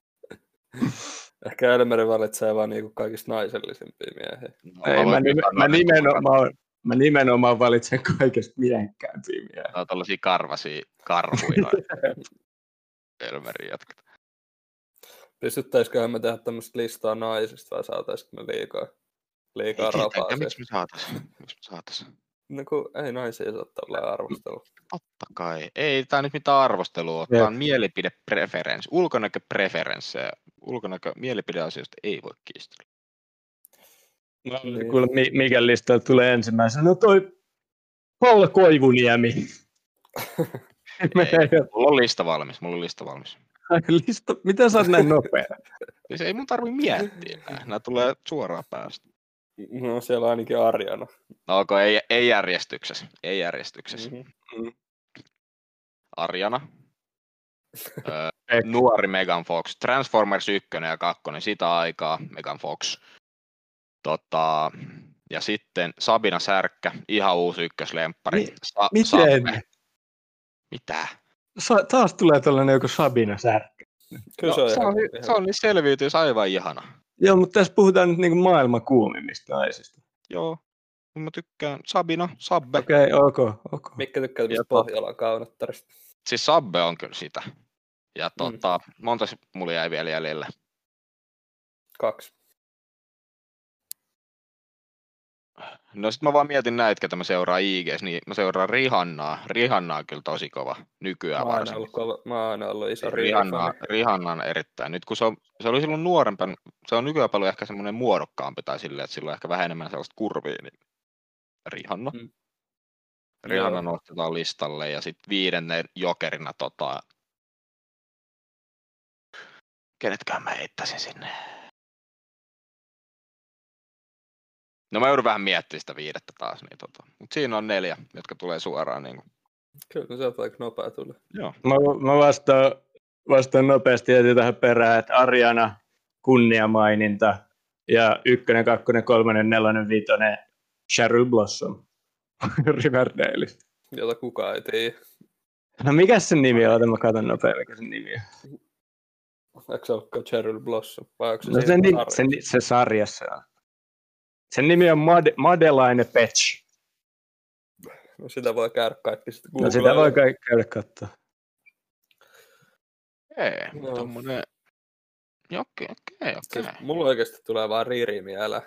Ehkä Elmeri valitsee vaan niinku kaikista naisellisimpia miehiä. No, Ei, mä, nimen, mä, nimenomaan, mä nimenomaan valitsen kaikista miehekkäämpiä miehiä. Tää on tollasia karvasia karhuja. Elmerin jatket. Pystyttäisiköhän me tehdä tämmöistä listaa naisista vai saataisiko me liikaa, liikaa rapaa? Miksi me saatais? Miksi me saatais? No kun ei naisia saa tällä arvostelua. Totta kai. Ei tää nyt mitään arvostelua. Tää on mielipidepreferenssi. Ulkonäköpreferenssejä. Ulkonäkö mielipideasioista ei voi kiistellä. No, niin. Kuule, mikä listalla tulee ensimmäisenä? No toi Paula Koivuniemi. Ei, mulla on lista valmis. Mulla on lista valmis. Lista? Miten sä oot näin nopea? Siis ei mun tarvi miettiä. Nää tulee suoraan päästä. No siellä on ainakin Arjana. No ok, ei, ei järjestyksessä. Ei järjestyksessä. Mm-hmm. Arjana. öö, nuori Megan Fox. Transformers yksi ja kaksi, sitä aikaa Megan Fox. Tota, ja sitten Sabina Särkkä, ihan uusi ykköslemppari. Mi- Sa- miten? Sappe. Mitä? Sa- taas tulee tällainen joku Sabina Särkkä. No, se, on, se, on, se on niin selviytyys aivan ihana. Joo, mutta tässä puhutaan nyt niinku maailman kuumimmista naisista. Joo, mä tykkään Sabina, Sabbe. Okei, okay, ok, ok. Mikä tykkää tämmöistä Pohjolan kaunottarista? Siis Sabbe on kyllä sitä. Ja tota, mm. monta mulla jäi vielä jäljellä? Kaksi. No sit mä vaan mietin näitä, ketä mä seuraan I G:ssä, niin mä seuraan Rihannaa. Rihanna on kyllä tosi kova nykyään mä varsinkin. Ollut kova, mä oon ollut iso Rihanna, Rihanna on erittäin. Nyt kun se, on, se oli silloin nuorempi, se on nykyään paljon ehkä semmoinen muodokkaampi tai silleen, että sillä on ehkä vähän enemmän sellaista kurvia, niin Rihanna. Mm. Rihanna Joo. nostetaan listalle ja sitten viidennen jokerina tota... Kenetkään mä heittäisin sinne? No mä joudun vähän miettimään sitä viidettä taas, niin tota. Mut siinä on neljä, jotka tulee suoraan niin kuin. Kyllä se on aika nopea tuli. Joo. Mä, mä vastaan, vastaan nopeasti heti tähän perään, että Arjana, kunniamaininta ja ykkönen, kakkonen, kolmonen, nelonen, viitonen, Cheryl Blossom Riverdaleista. Jota kukaan ei tiedä. No mikä sen nimi on? Mä katson nopeasti, mikä sen nimi on. Eikö se olekaan Cheryl Blossom? Vai onko se no se, ni, se, se sarjassa on. Sen nimi on Mad- Madeline Petsch. No sitä voi käydä kaikki sitten No sitä voi kaikki käydä katsoa. Ei, no. Tommonen... Okei, okei, okei. Mulla oikeasti tulee vaan Riri mieleen.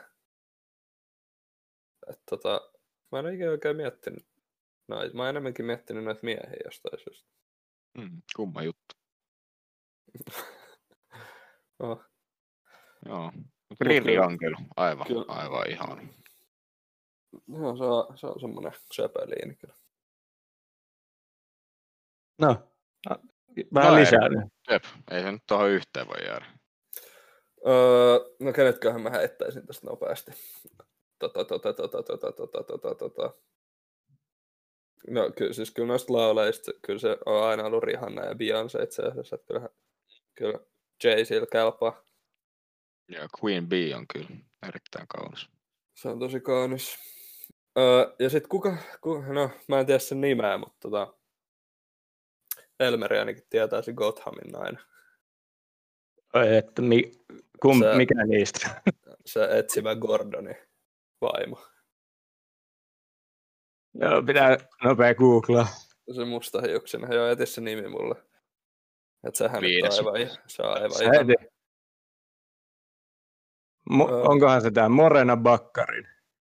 Et tota, mä en oikein oikein miettinyt noita. Mä oon enemmänkin miettinyt noita miehiä jostain syystä. Mm, kumma juttu. oh. Joo. Riri on kyllä aivan, kyllä. aivan ihan. No, se on, se on semmoinen söpöliini kyllä. No, vähän no lisää. Jep, ei se nyt tuohon yhteen voi jäädä. Öö, no kenetköhän mä heittäisin tästä nopeasti. Tota, tota, tota, tota, tota, tota, tota. No kyllä, siis kyllä noista lauleista, kyllä se on aina ollut Rihanna ja Beyoncé itse asiassa, että kyllähän, kyllä Jay-Zillä kelpaa. Ja Queen Bee on kyllä erittäin kaunis. Se on tosi kaunis. Öö, ja sit kuka, ku, no mä en tiedä sen nimeä, mutta tota, Elmeri ainakin tietää se Gothamin nainen. Oi, että mi, kum, Se- mikä niistä? Se etsivä Gordonin vaimo. Joo, pitää nopea googlaa. Se mustahiuksinen. Joo, eti se nimi mulle. Et sehän nyt on Viides. aivan, se on aivan Se ihana. heti. Mo, Öö. onkohan se tää Morena Bakkarin?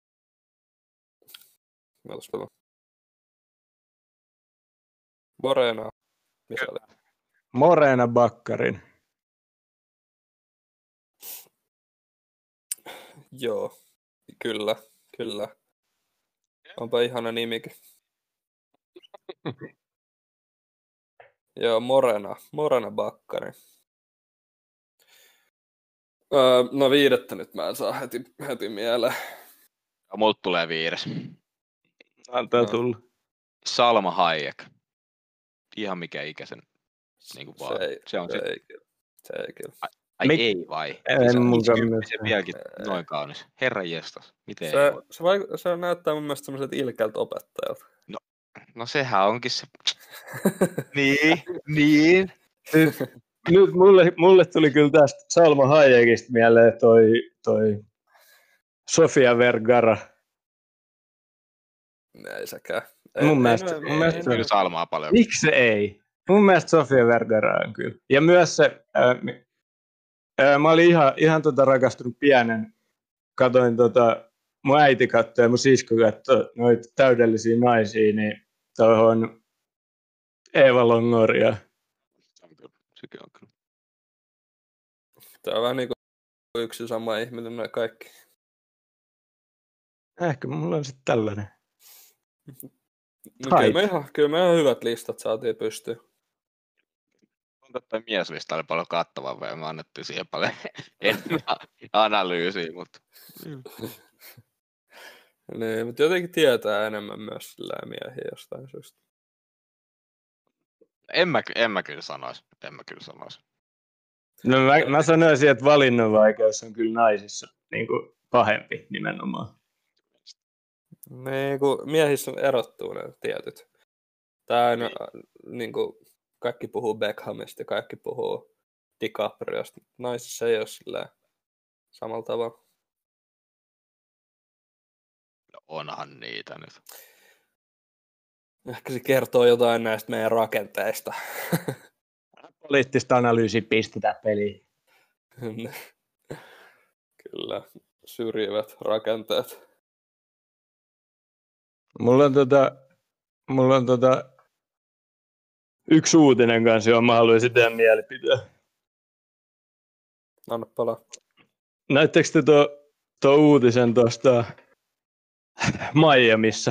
Otaspa mä. Morena. Missä oli? Morena Bakkarin. Joo, kyllä, kyllä. Onpa ihana nimikin. Joo, Morena, Morena Bakkari. Öö, no viidettä nyt mä en saa heti, heti mieleen. Ja multa tulee viides. Antaa No. tulla. Salma Hayek. Ihan mikä ikäisen. Niin kuin vaan. Se ei, Se on se sit- ei kyllä. Se ei kyllä. Ai Mik- ei vai? En se on mukaan viisikymmentä, myöskään. se vieläkin noin kaunis. Herra jestas. Miten Se, ei voi? se, vaik- se näyttää mun mielestä semmoiselta ilkeältä opettajalta. No sehän onkin se. niin, niin. Nyt mulle, mulle tuli kyllä tästä Salma Hayekista mieleen toi, toi Sofia Vergara. Ei sekään. Mun mielestä- no, mun mielestä se Kyllä Salmaa paljon. Miksi se ei? Mun mielestä Sofia Vergara on kyllä. Ja myös se, ää, mi- ää, mä olin ihan, ihan tota rakastunut pienen. Katoin tota, mun äiti katsoi ja mun sisko katsoi noita täydellisiä naisia, niin tohon Eeva Longoria. Sekin on kyllä. Tämä on vähän niin kuin yksi sama ihminen noin kaikki. Ehkä mulla on sitten tällainen. No, kyllä, Type. me ihan, kyllä me ihan hyvät listat saatiin pystyyn. Tuntuu, että toi mieslista oli paljon kattavampi ja me annettiin siihen paljon enemmän analyysiä, mutta Niin, mutta jotenkin tietää enemmän myös sillä miehiä jostain syystä. en mä, en mä kyllä sanoisi. En mä kyllä sanoisi. No mä, mä sanoisin, että valinnanvaikeus on kyllä naisissa niin kuin pahempi nimenomaan. Niin, kun miehissä erottuu ne tietyt. Tää aina, niin kuin, kaikki puhuu Beckhamista ja kaikki puhuu DiCapriosta. Naisissa ei ole sillä samalla tavalla. No onhan niitä nyt. Ehkä se kertoo jotain näistä meidän rakenteista. Poliittista analyysiä pistetään peliin. Kyllä, syrjivät rakenteet. Mulla on, tota, mulla on tota, yksi uutinen kanssa, johon mä haluaisin tehdä mielipiteen. Anna palaa. Näittekö te tuo, tuo uutisen tuosta Miamiissa?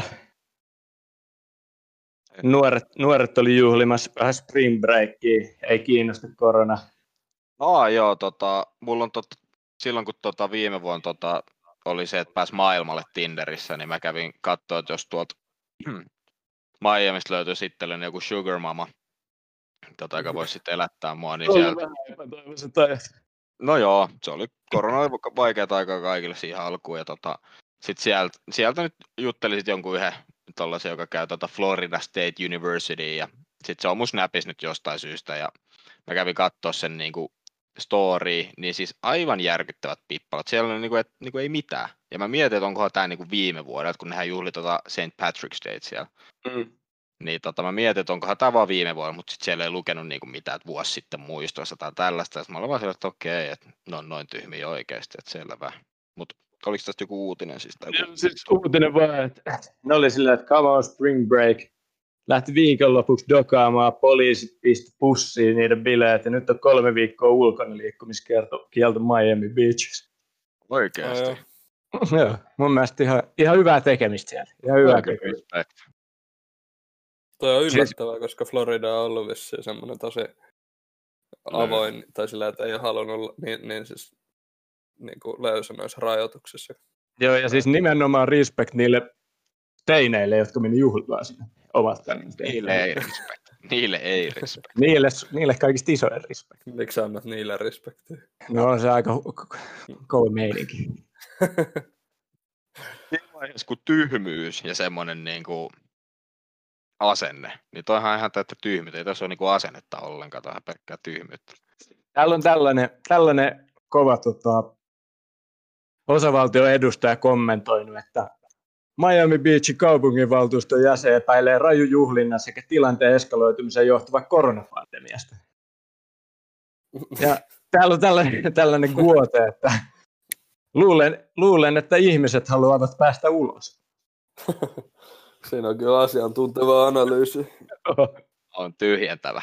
Nuoret, nuoret oli juhlimassa vähän spring breakia, ei kiinnosta korona. Aa joo, tota, mulla on tota, silloin kun tota, viime vuonna tota, oli se, että pääsi maailmalle Tinderissä, niin mä kävin katsoa, että jos tuolta Miamista löytyy sitten joku sugar mama, tota, joka voisi sitten elättää mua, niin sieltä... Epätoivoiset ajat. No joo, se oli, korona oli vaikeat aikaa kaikille siihen alkuun, ja tota, sitten sieltä, sieltä nyt juttelisit jonkun yhden tollaisen, joka käy tota Florida State University, ja sitten se on mun Snapissa nyt jostain syystä, ja mä kävin katsoa sen niinku story, niin siis aivan järkyttävät pippalat, siellä on niinku, et, niinku ei mitään, ja mä mietin, että onkohan tää niinku viime vuodelta, kun nehän juhli tota Saint Patrick's Day siellä, Mm. niin tota, mä mietin, että onkohan tämä vaan viime vuonna, mutta sitten siellä ei lukenut niinku mitään, että vuosi sitten muistoissa tai tällaista. Ja mä olin vaan sillä, että okei, että ne on noin tyhmiä oikeasti, että selvä. Mutta oliko tästä joku uutinen siis? Tai joku... Siis uutinen vaan, että ne oli silleen, että come on spring break. Lähti viikonlopuksi dokaamaan, poliisit pisti pussiin niiden bileet ja nyt on kolme viikkoa ulkona liikkumiskielto kielto Miami Beaches. Oikeasti. No, Joo, mun mielestä ihan, ihan hyvää tekemistä siellä. Ihan hyvää Oikein tekemistä. respect. toi on Siis- yllättävää, koska Florida on ollut vissiin semmoinen tosi avoin, tai sillä, että ei ole halunnut olla niin, niin siis niin kuin löysä noissa rajoituksissa. Joo, ja siis nimenomaan respect niille teineille, jotka meni juhlimaan sinne omat kannat. Niille ei respect. Niille ei respect. Niille, niille kaikista isoin respekti. Miksi annat niille respektiä? No on se aika kova meininki. Siinä vaiheessa kun tyhmyys ja semmoinen niinku asenne, niin toihan ihan täyttä tyhmyyttä. Ei tässä ole niinku asennetta ollenkaan, toihan pelkkää tyhmyyttä. Täällä on tällainen, tällainen kova tota, osavaltion edustaja kommentoinut, että Miami Beachin kaupunginvaltuuston jäsen epäilee rajujuhlinnan sekä tilanteen eskaloitumiseen johtuva koronapandemiasta. Ja täällä on tällainen, tällainen guote, että luulen, luulen, että ihmiset haluavat päästä ulos. Siinä on kyllä asiantunteva analyysi. On tyhjentävä.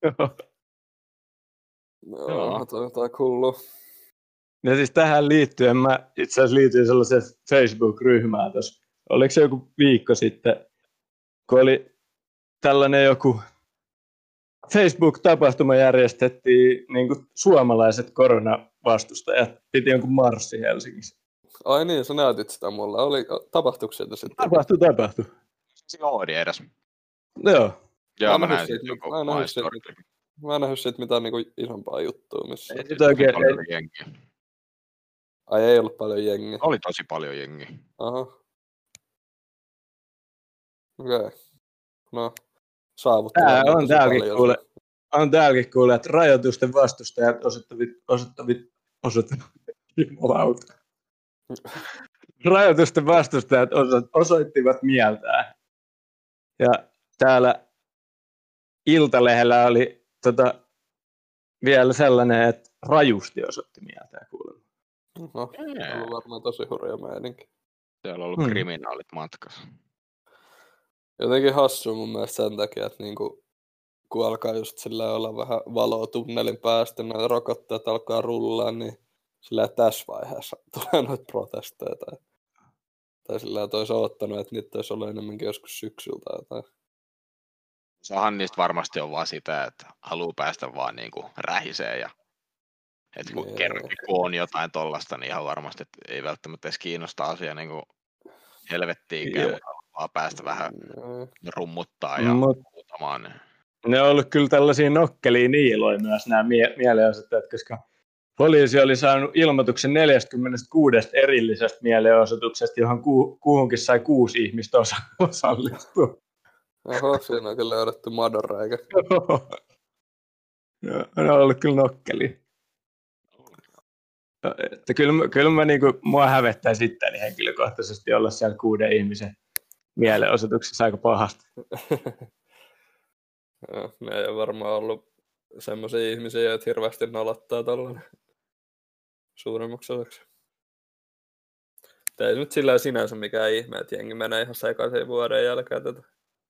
No, toivotaan kullu. Ja siis tähän liittyen mä itse asiassa liityin sellaiseen Facebook-ryhmään tuossa. Oliko se joku viikko sitten, kun oli tällainen joku Facebook-tapahtuma järjestettiin niin kuin suomalaiset koronavastustajat piti jonkun marssi Helsingissä. Ai niin, sä näytit sitä mulle. Oli, tapahtuiko sieltä sitten? Tapahtui, tapahtui. Se Oodi edes. Joo. Joo, Mä mä en näin siitä- siitä joku mä en nähnyt siitä maistorkli. Mä en nähnyt siitä mitään niinku isompaa juttua missä. Ei nyt oikein, Paljon ei, jengiä. Ai ei ollut paljon jengiä. Oli tosi paljon jengiä. Aha. Okei. Okay. No, saavuttaa. Tää on täälläkin kuule, on täälläkin kuule, että rajoitusten vastustajat osoittavit, osoittavit, osoittavit, jumalauta. Rajoitusten vastustajat oso- osoittivat mieltään. Ja täällä Iltalehdellä oli tota, vielä sellainen, että rajusti osoitti mieltään kuulemma. No, se on varmaan tosi hurja meininki. Siellä on ollut Hmm. kriminaalit matkassa. Jotenkin hassu mun mielestä sen takia, että niinku, kun alkaa just sillä olla vähän valoa tunnelin päästä, nämä rokotteet alkaa rullaa, niin sillä tässä vaiheessa tulee noita protesteja. Tai, tai sillä että olisi odottanut, että niitä olisi ollut enemmänkin joskus syksyltä jotain. Osahan niistä varmasti on vaan sitä, että haluaa päästä vaan niinku rähiseen ja että kun Jee. kerrankin kun on jotain tollasta, niin ihan varmasti että ei välttämättä edes kiinnosta asia niinku helvettiinkään, Jee. mutta haluaa päästä vähän Joo. rummuttaa ja Mut muutamaan. Niin. ne on ollut kyllä tällaisia nokkelia niiloja myös nämä mie- mielenosoittajat, koska poliisi oli saanut ilmoituksen neljästäkymmenestäkuudesta erillisestä mielenosoituksesta, johon ku- kuhunkin sai kuusi ihmistä osa- osallistua. Oho, siinä on kyllä löydetty madonreikä. Joo, ne on ollut kyllä nokkeli. Että kyllä, mä- kyllä mä niinku, mua hävettää sitten niin henkilökohtaisesti olla siellä kuuden ihmisen mielenosoituksessa aika pahasti. Joo, ne ei ole varmaan ollut semmoisia ihmisiä, että hirveästi nolottaa tollainen suuremmaksi osaksi. Ei nyt sillä sinänsä mikään ihme, että jengi menee ihan sekaisin vuoden jälkeen tätä.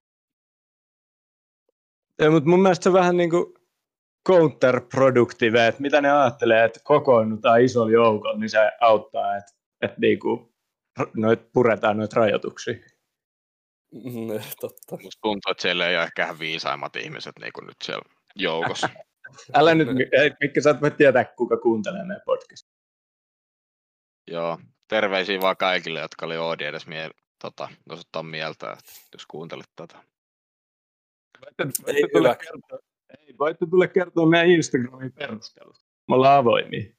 Ei, mutta mun mielestä se on vähän niin kuin counterproductive, että mitä ne ajattelee, että kokoonnutaan isolla joukolla, niin se auttaa, että, että niin kuin noit puretaan noita rajoituksia. Ne, totta. Musta tuntuu, että siellä ei ole ehkä ihan viisaimmat ihmiset niin kuin nyt siellä joukossa. Älä nyt, ei, Mikki, sä et voi tietää, kuka kuuntelee meidän podcastia. Joo, terveisiä vaan kaikille, jotka oli Oodi edes mie- tota, osoittaa mieltä, että jos kuuntelit tätä. Voitte, voitte, Ei tulla hyvä. kertoa, ei, voitte tulla kertoa meidän Instagramin perustelut. Me ollaan avoimia.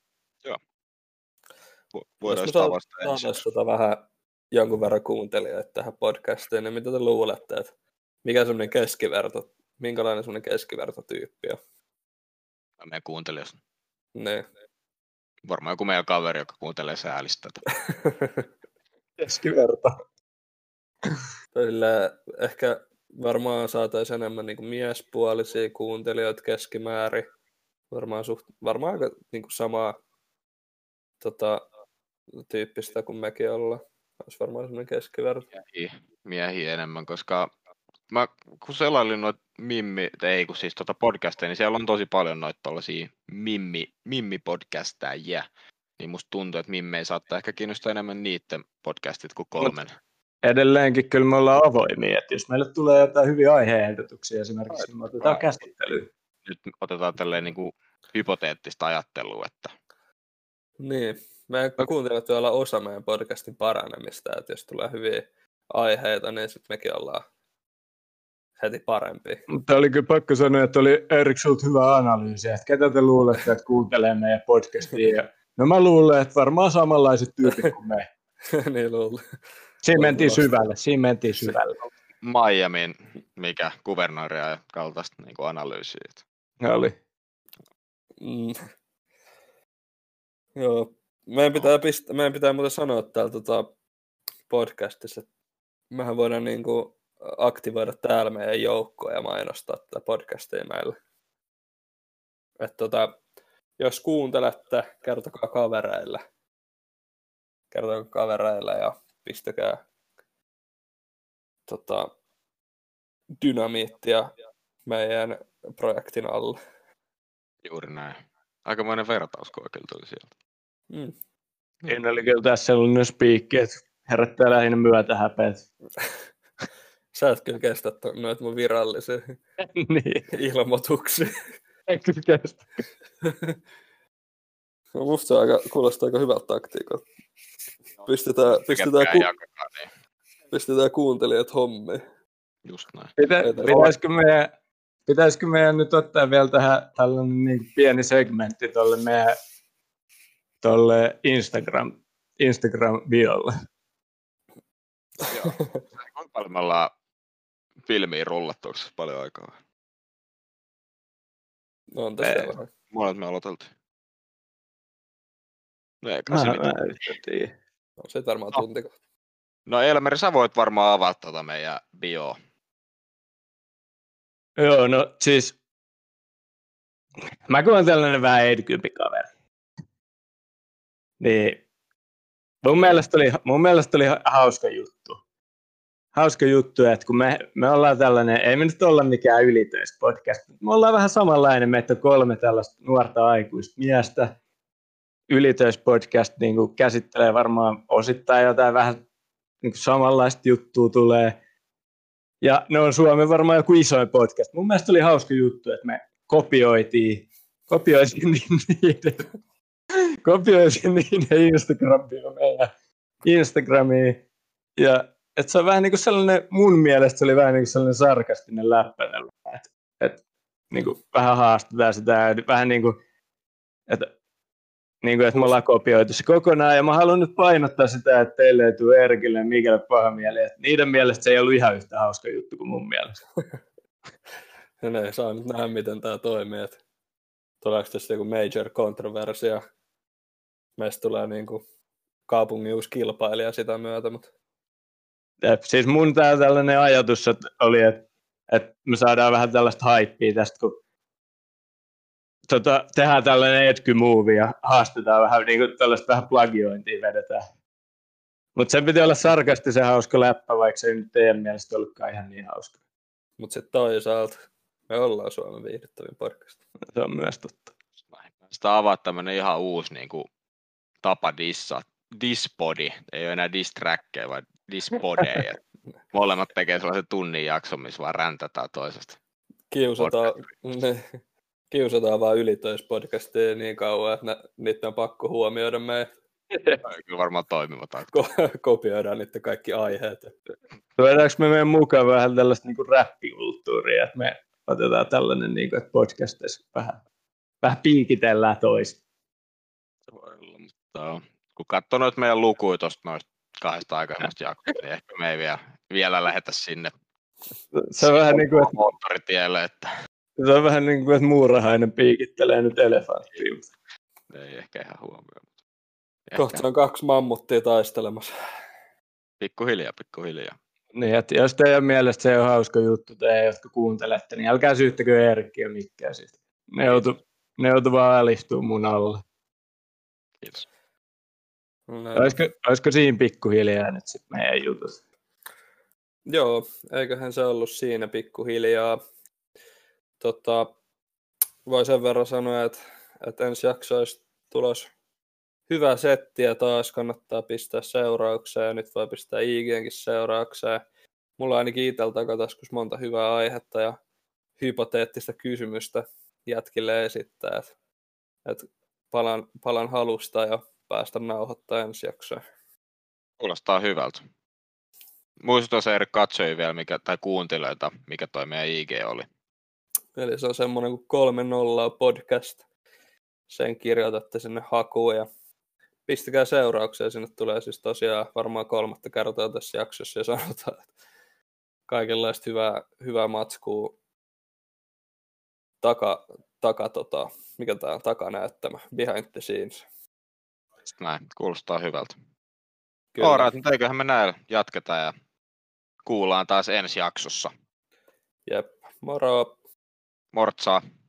Vo- Voidaan Jos sitä me vasta ensin. saataisiin tota vähän jonkun verran kuuntelijoita tähän podcastiin, niin mitä te luulette, että mikä semmoinen keskiverto, minkälainen semmoinen keskivertotyyppi on? Meidän kuuntelijoista. Ne. Varmaan joku meidän kaveri, joka kuuntelee säälistä tätä. Keskiverta. Tai sillä ehkä varmaan saataisiin enemmän niin kuin miespuolisia kuuntelijoita keskimäärin. Varmaan, suht, varmaan aika niin kuin samaa tota, tyyppistä kuin mekin ollaan. Olisi varmaan semmoinen keskiverto. Miehiä, miehiä enemmän, koska mä kun selailin noita mimmi, ei kun siis tota podcasteja, niin siellä on tosi paljon noita tollasia mimmi, mimmi-podcastajia. Niin musta tuntuu, että mimmei saattaa ehkä kiinnostaa enemmän niiden podcastit kuin kolmen. Edelleenkin kyllä me ollaan avoimia, että jos meille tulee jotain hyviä aihe-ehdotuksia esimerkiksi, niin me otetaan käsittelyyn. Nyt otetaan tälleen niin kuin hypoteettista ajattelua, että Niin, meidän kuuntelijat voi olla osa meidän podcastin paranemista, että jos tulee hyviä aiheita, niin sitten mekin ollaan heti parempi. Mutta oli kyllä pakko sanoa, että oli Erik sulta hyvä analyysi, että ketä te luulette, että kuuntelee meidän podcastia. No mä luulen, että varmaan samanlaiset tyypit kuin me. Niin luulen. Siinä mentiin syvälle, siinä mentiin syvälle. Miamin, mikä kuvernööriä ja kaltaista niin kuin analyysiä. Oli. Mm. Joo, meidän pitää, pistä, meidän pitää muuten sanoa täällä tota podcastissa, että mehän voidaan niinku aktivoida täällä meidän joukkoa ja mainostaa tätä podcastia meille. Että tota, jos kuuntelette, kertokaa kavereille. Kertokaa kavereille ja pistäkää tota, dynamiittia meidän projektin alle. Juuri näin. Aikamoinen vertauskoe kyllä tuli sieltä. Mm. Siinä oli kyllä tässä sellainen spiikki, että herättää lähinnä myötähäpeät. Sä et kyllä kestä noita mun virallisia Niin. ilmoituksia. Eikö kyllä kestä? No, musta se aika, kuulostaa aika hyvältä taktiikalta. Pistetään, pistetään, ku, Jakakaa, niin. pistetään kuuntelijat hommiin. Just näin. Pitä, pitäisikö, meidän, pitäisikö meidän nyt ottaa vielä tähän tällainen niin pieni segmentti tuolle meidän tuolle Instagram, Instagram-biolle? Joo. Kuinka paljon me ollaan filmiä rullattu, onko se paljon aikaa? No on tässä Ei. vähän. Monet me aloiteltiin. No eikä Mä, se mä mitään. en tiedä. No, se varmaan tunti kohta. No Elmeri, sä voit varmaan avata tota meidän bioa. Joo, no siis mä kun olen tällainen vähän eighty-kaveri, niin mun mielestä oli, mun mielestä oli hauska juttu. Hauska juttu, että kun me, me ollaan tällainen, ei me nyt olla mikään ylitöispodcast, mutta me ollaan vähän samanlainen, meitä on kolme tällaista nuorta aikuista miestä. Ylitöispodcast niin kuin käsittelee varmaan osittain jotain vähän niin kuin samanlaista juttua tulee. Ja ne on Suomen varmaan joku isoin podcast. Mun mielestä oli hauska juttu, että me kopioitiin, kopioitiin niiden, kopioitiin niiden Instagramia meidän Instagramiin. Ja että se on vähän niin kuin sellainen, mun mielestä se oli vähän niin kuin sellainen sarkastinen läppänä. Että et, niin kuin vähän haastetaan sitä, vähän niin kuin, että niin kuin, että me ollaan kopioitu se kokonaan, ja mä haluan nyt painottaa sitä, että teille ei tule Erkille ja Mikelle paha mieli, että niiden mielestä se ei ollut ihan yhtä hauska juttu kuin mun mielestä. Ja ne saa nyt nähdä, miten tää toimii, että tuleeko tässä joku major kontroversia. Meistä tulee niinku kaupungin uusi kilpailija sitä myötä, mutta Ja siis mun tää tällainen ajatus että oli, että, että me saadaan vähän tällaista haippia tästä, kun Tota, tehdään tällainen etky-movie ja haastetaan vähän niin kuin tällaista vähän plagiointia vedetään. Mutta sen piti olla sarkastisen hauska läppä, vaikka se ei nyt teidän mielestä ollutkaan ihan niin hauska. Mutta sitten toisaalta me ollaan Suomen viihdyttävin podcast. Se on myös totta. Sitä avaa tämmönen ihan uusi niin kuin, tapa dissa. Dispodi. Ei ole enää distrackeja, vaan dispodeja. Molemmat tekee sellaisen tunnin jakson, missä vaan räntätään toisesta. Kiusataan, ne, kiusataan vaan ylitöispodcastia niin kauan, että ne, niiden on pakko huomioida meidän. Kyllä varmaan toimiva takti. Ko- kopioidaan niiden kaikki aiheet. Voidaanko me meidän mukaan vähän tällaista niin kuin räppikulttuuria, että me otetaan tällainen, niin kuin, että podcastissa vähän, vähän piikitellään toista. Se voi olla, mutta kun katsoo noita meidän lukuja tuosta noista kahdesta aikaisemmasta jaksosta, niin ehkä me ei vielä, vielä lähetä sinne Se on vähän niin kuin, että, moottoritielle, että se on vähän niin kuin, että muurahainen piikittelee nyt elefanttia. ei ehkä ihan huomioon. Kohta on kaksi mammuttia taistelemassa. Pikkuhiljaa, pikkuhiljaa. Niin, että jos teidän mielestä se on hauska juttu, te jotka kuuntelette, niin älkää syyttäkö Erkki ja mikkää siitä. Ne joutu, ne joutu vaan älistyä mun alle. Kiitos. No, Olisiko, olisiko siinä pikkuhiljaa nyt sitten meidän jutut? joo, eiköhän se ollut siinä pikkuhiljaa. Tota, voi sen verran sanoa, että, että ensi jakso olisi tulos hyvä setti ja taas kannattaa pistää seuraukseen. Nyt voi pistää I G:nkin seuraukseen. Mulla on ainakin itsellä takataskus monta hyvää aihetta ja hypoteettista kysymystä jätkille esittää. Että, että palan, palan halusta ja päästä nauhoittaa ensi jaksoon. Kuulostaa hyvältä. Muistuta se eri katsojia vielä, mikä, tai kuuntelijoita, mikä toi meidän I G oli. Eli se on semmoinen kuin kolme nollaa podcast. Sen kirjoitatte sinne hakuun ja pistäkää seurauksia. Sinne tulee siis tosiaan varmaan kolmatta kertaa tässä jaksossa ja sanotaan, että kaikenlaista hyvää, hyvää matskua taka, taka tota, mikä tää on, takanäyttämä, behind the scenes. Sitten näin, kuulostaa hyvältä. Kyllä. Alright, mutta eiköhän me näillä jatketa ja kuullaan taas ensi jaksossa. Jep, moro! Mortsaa!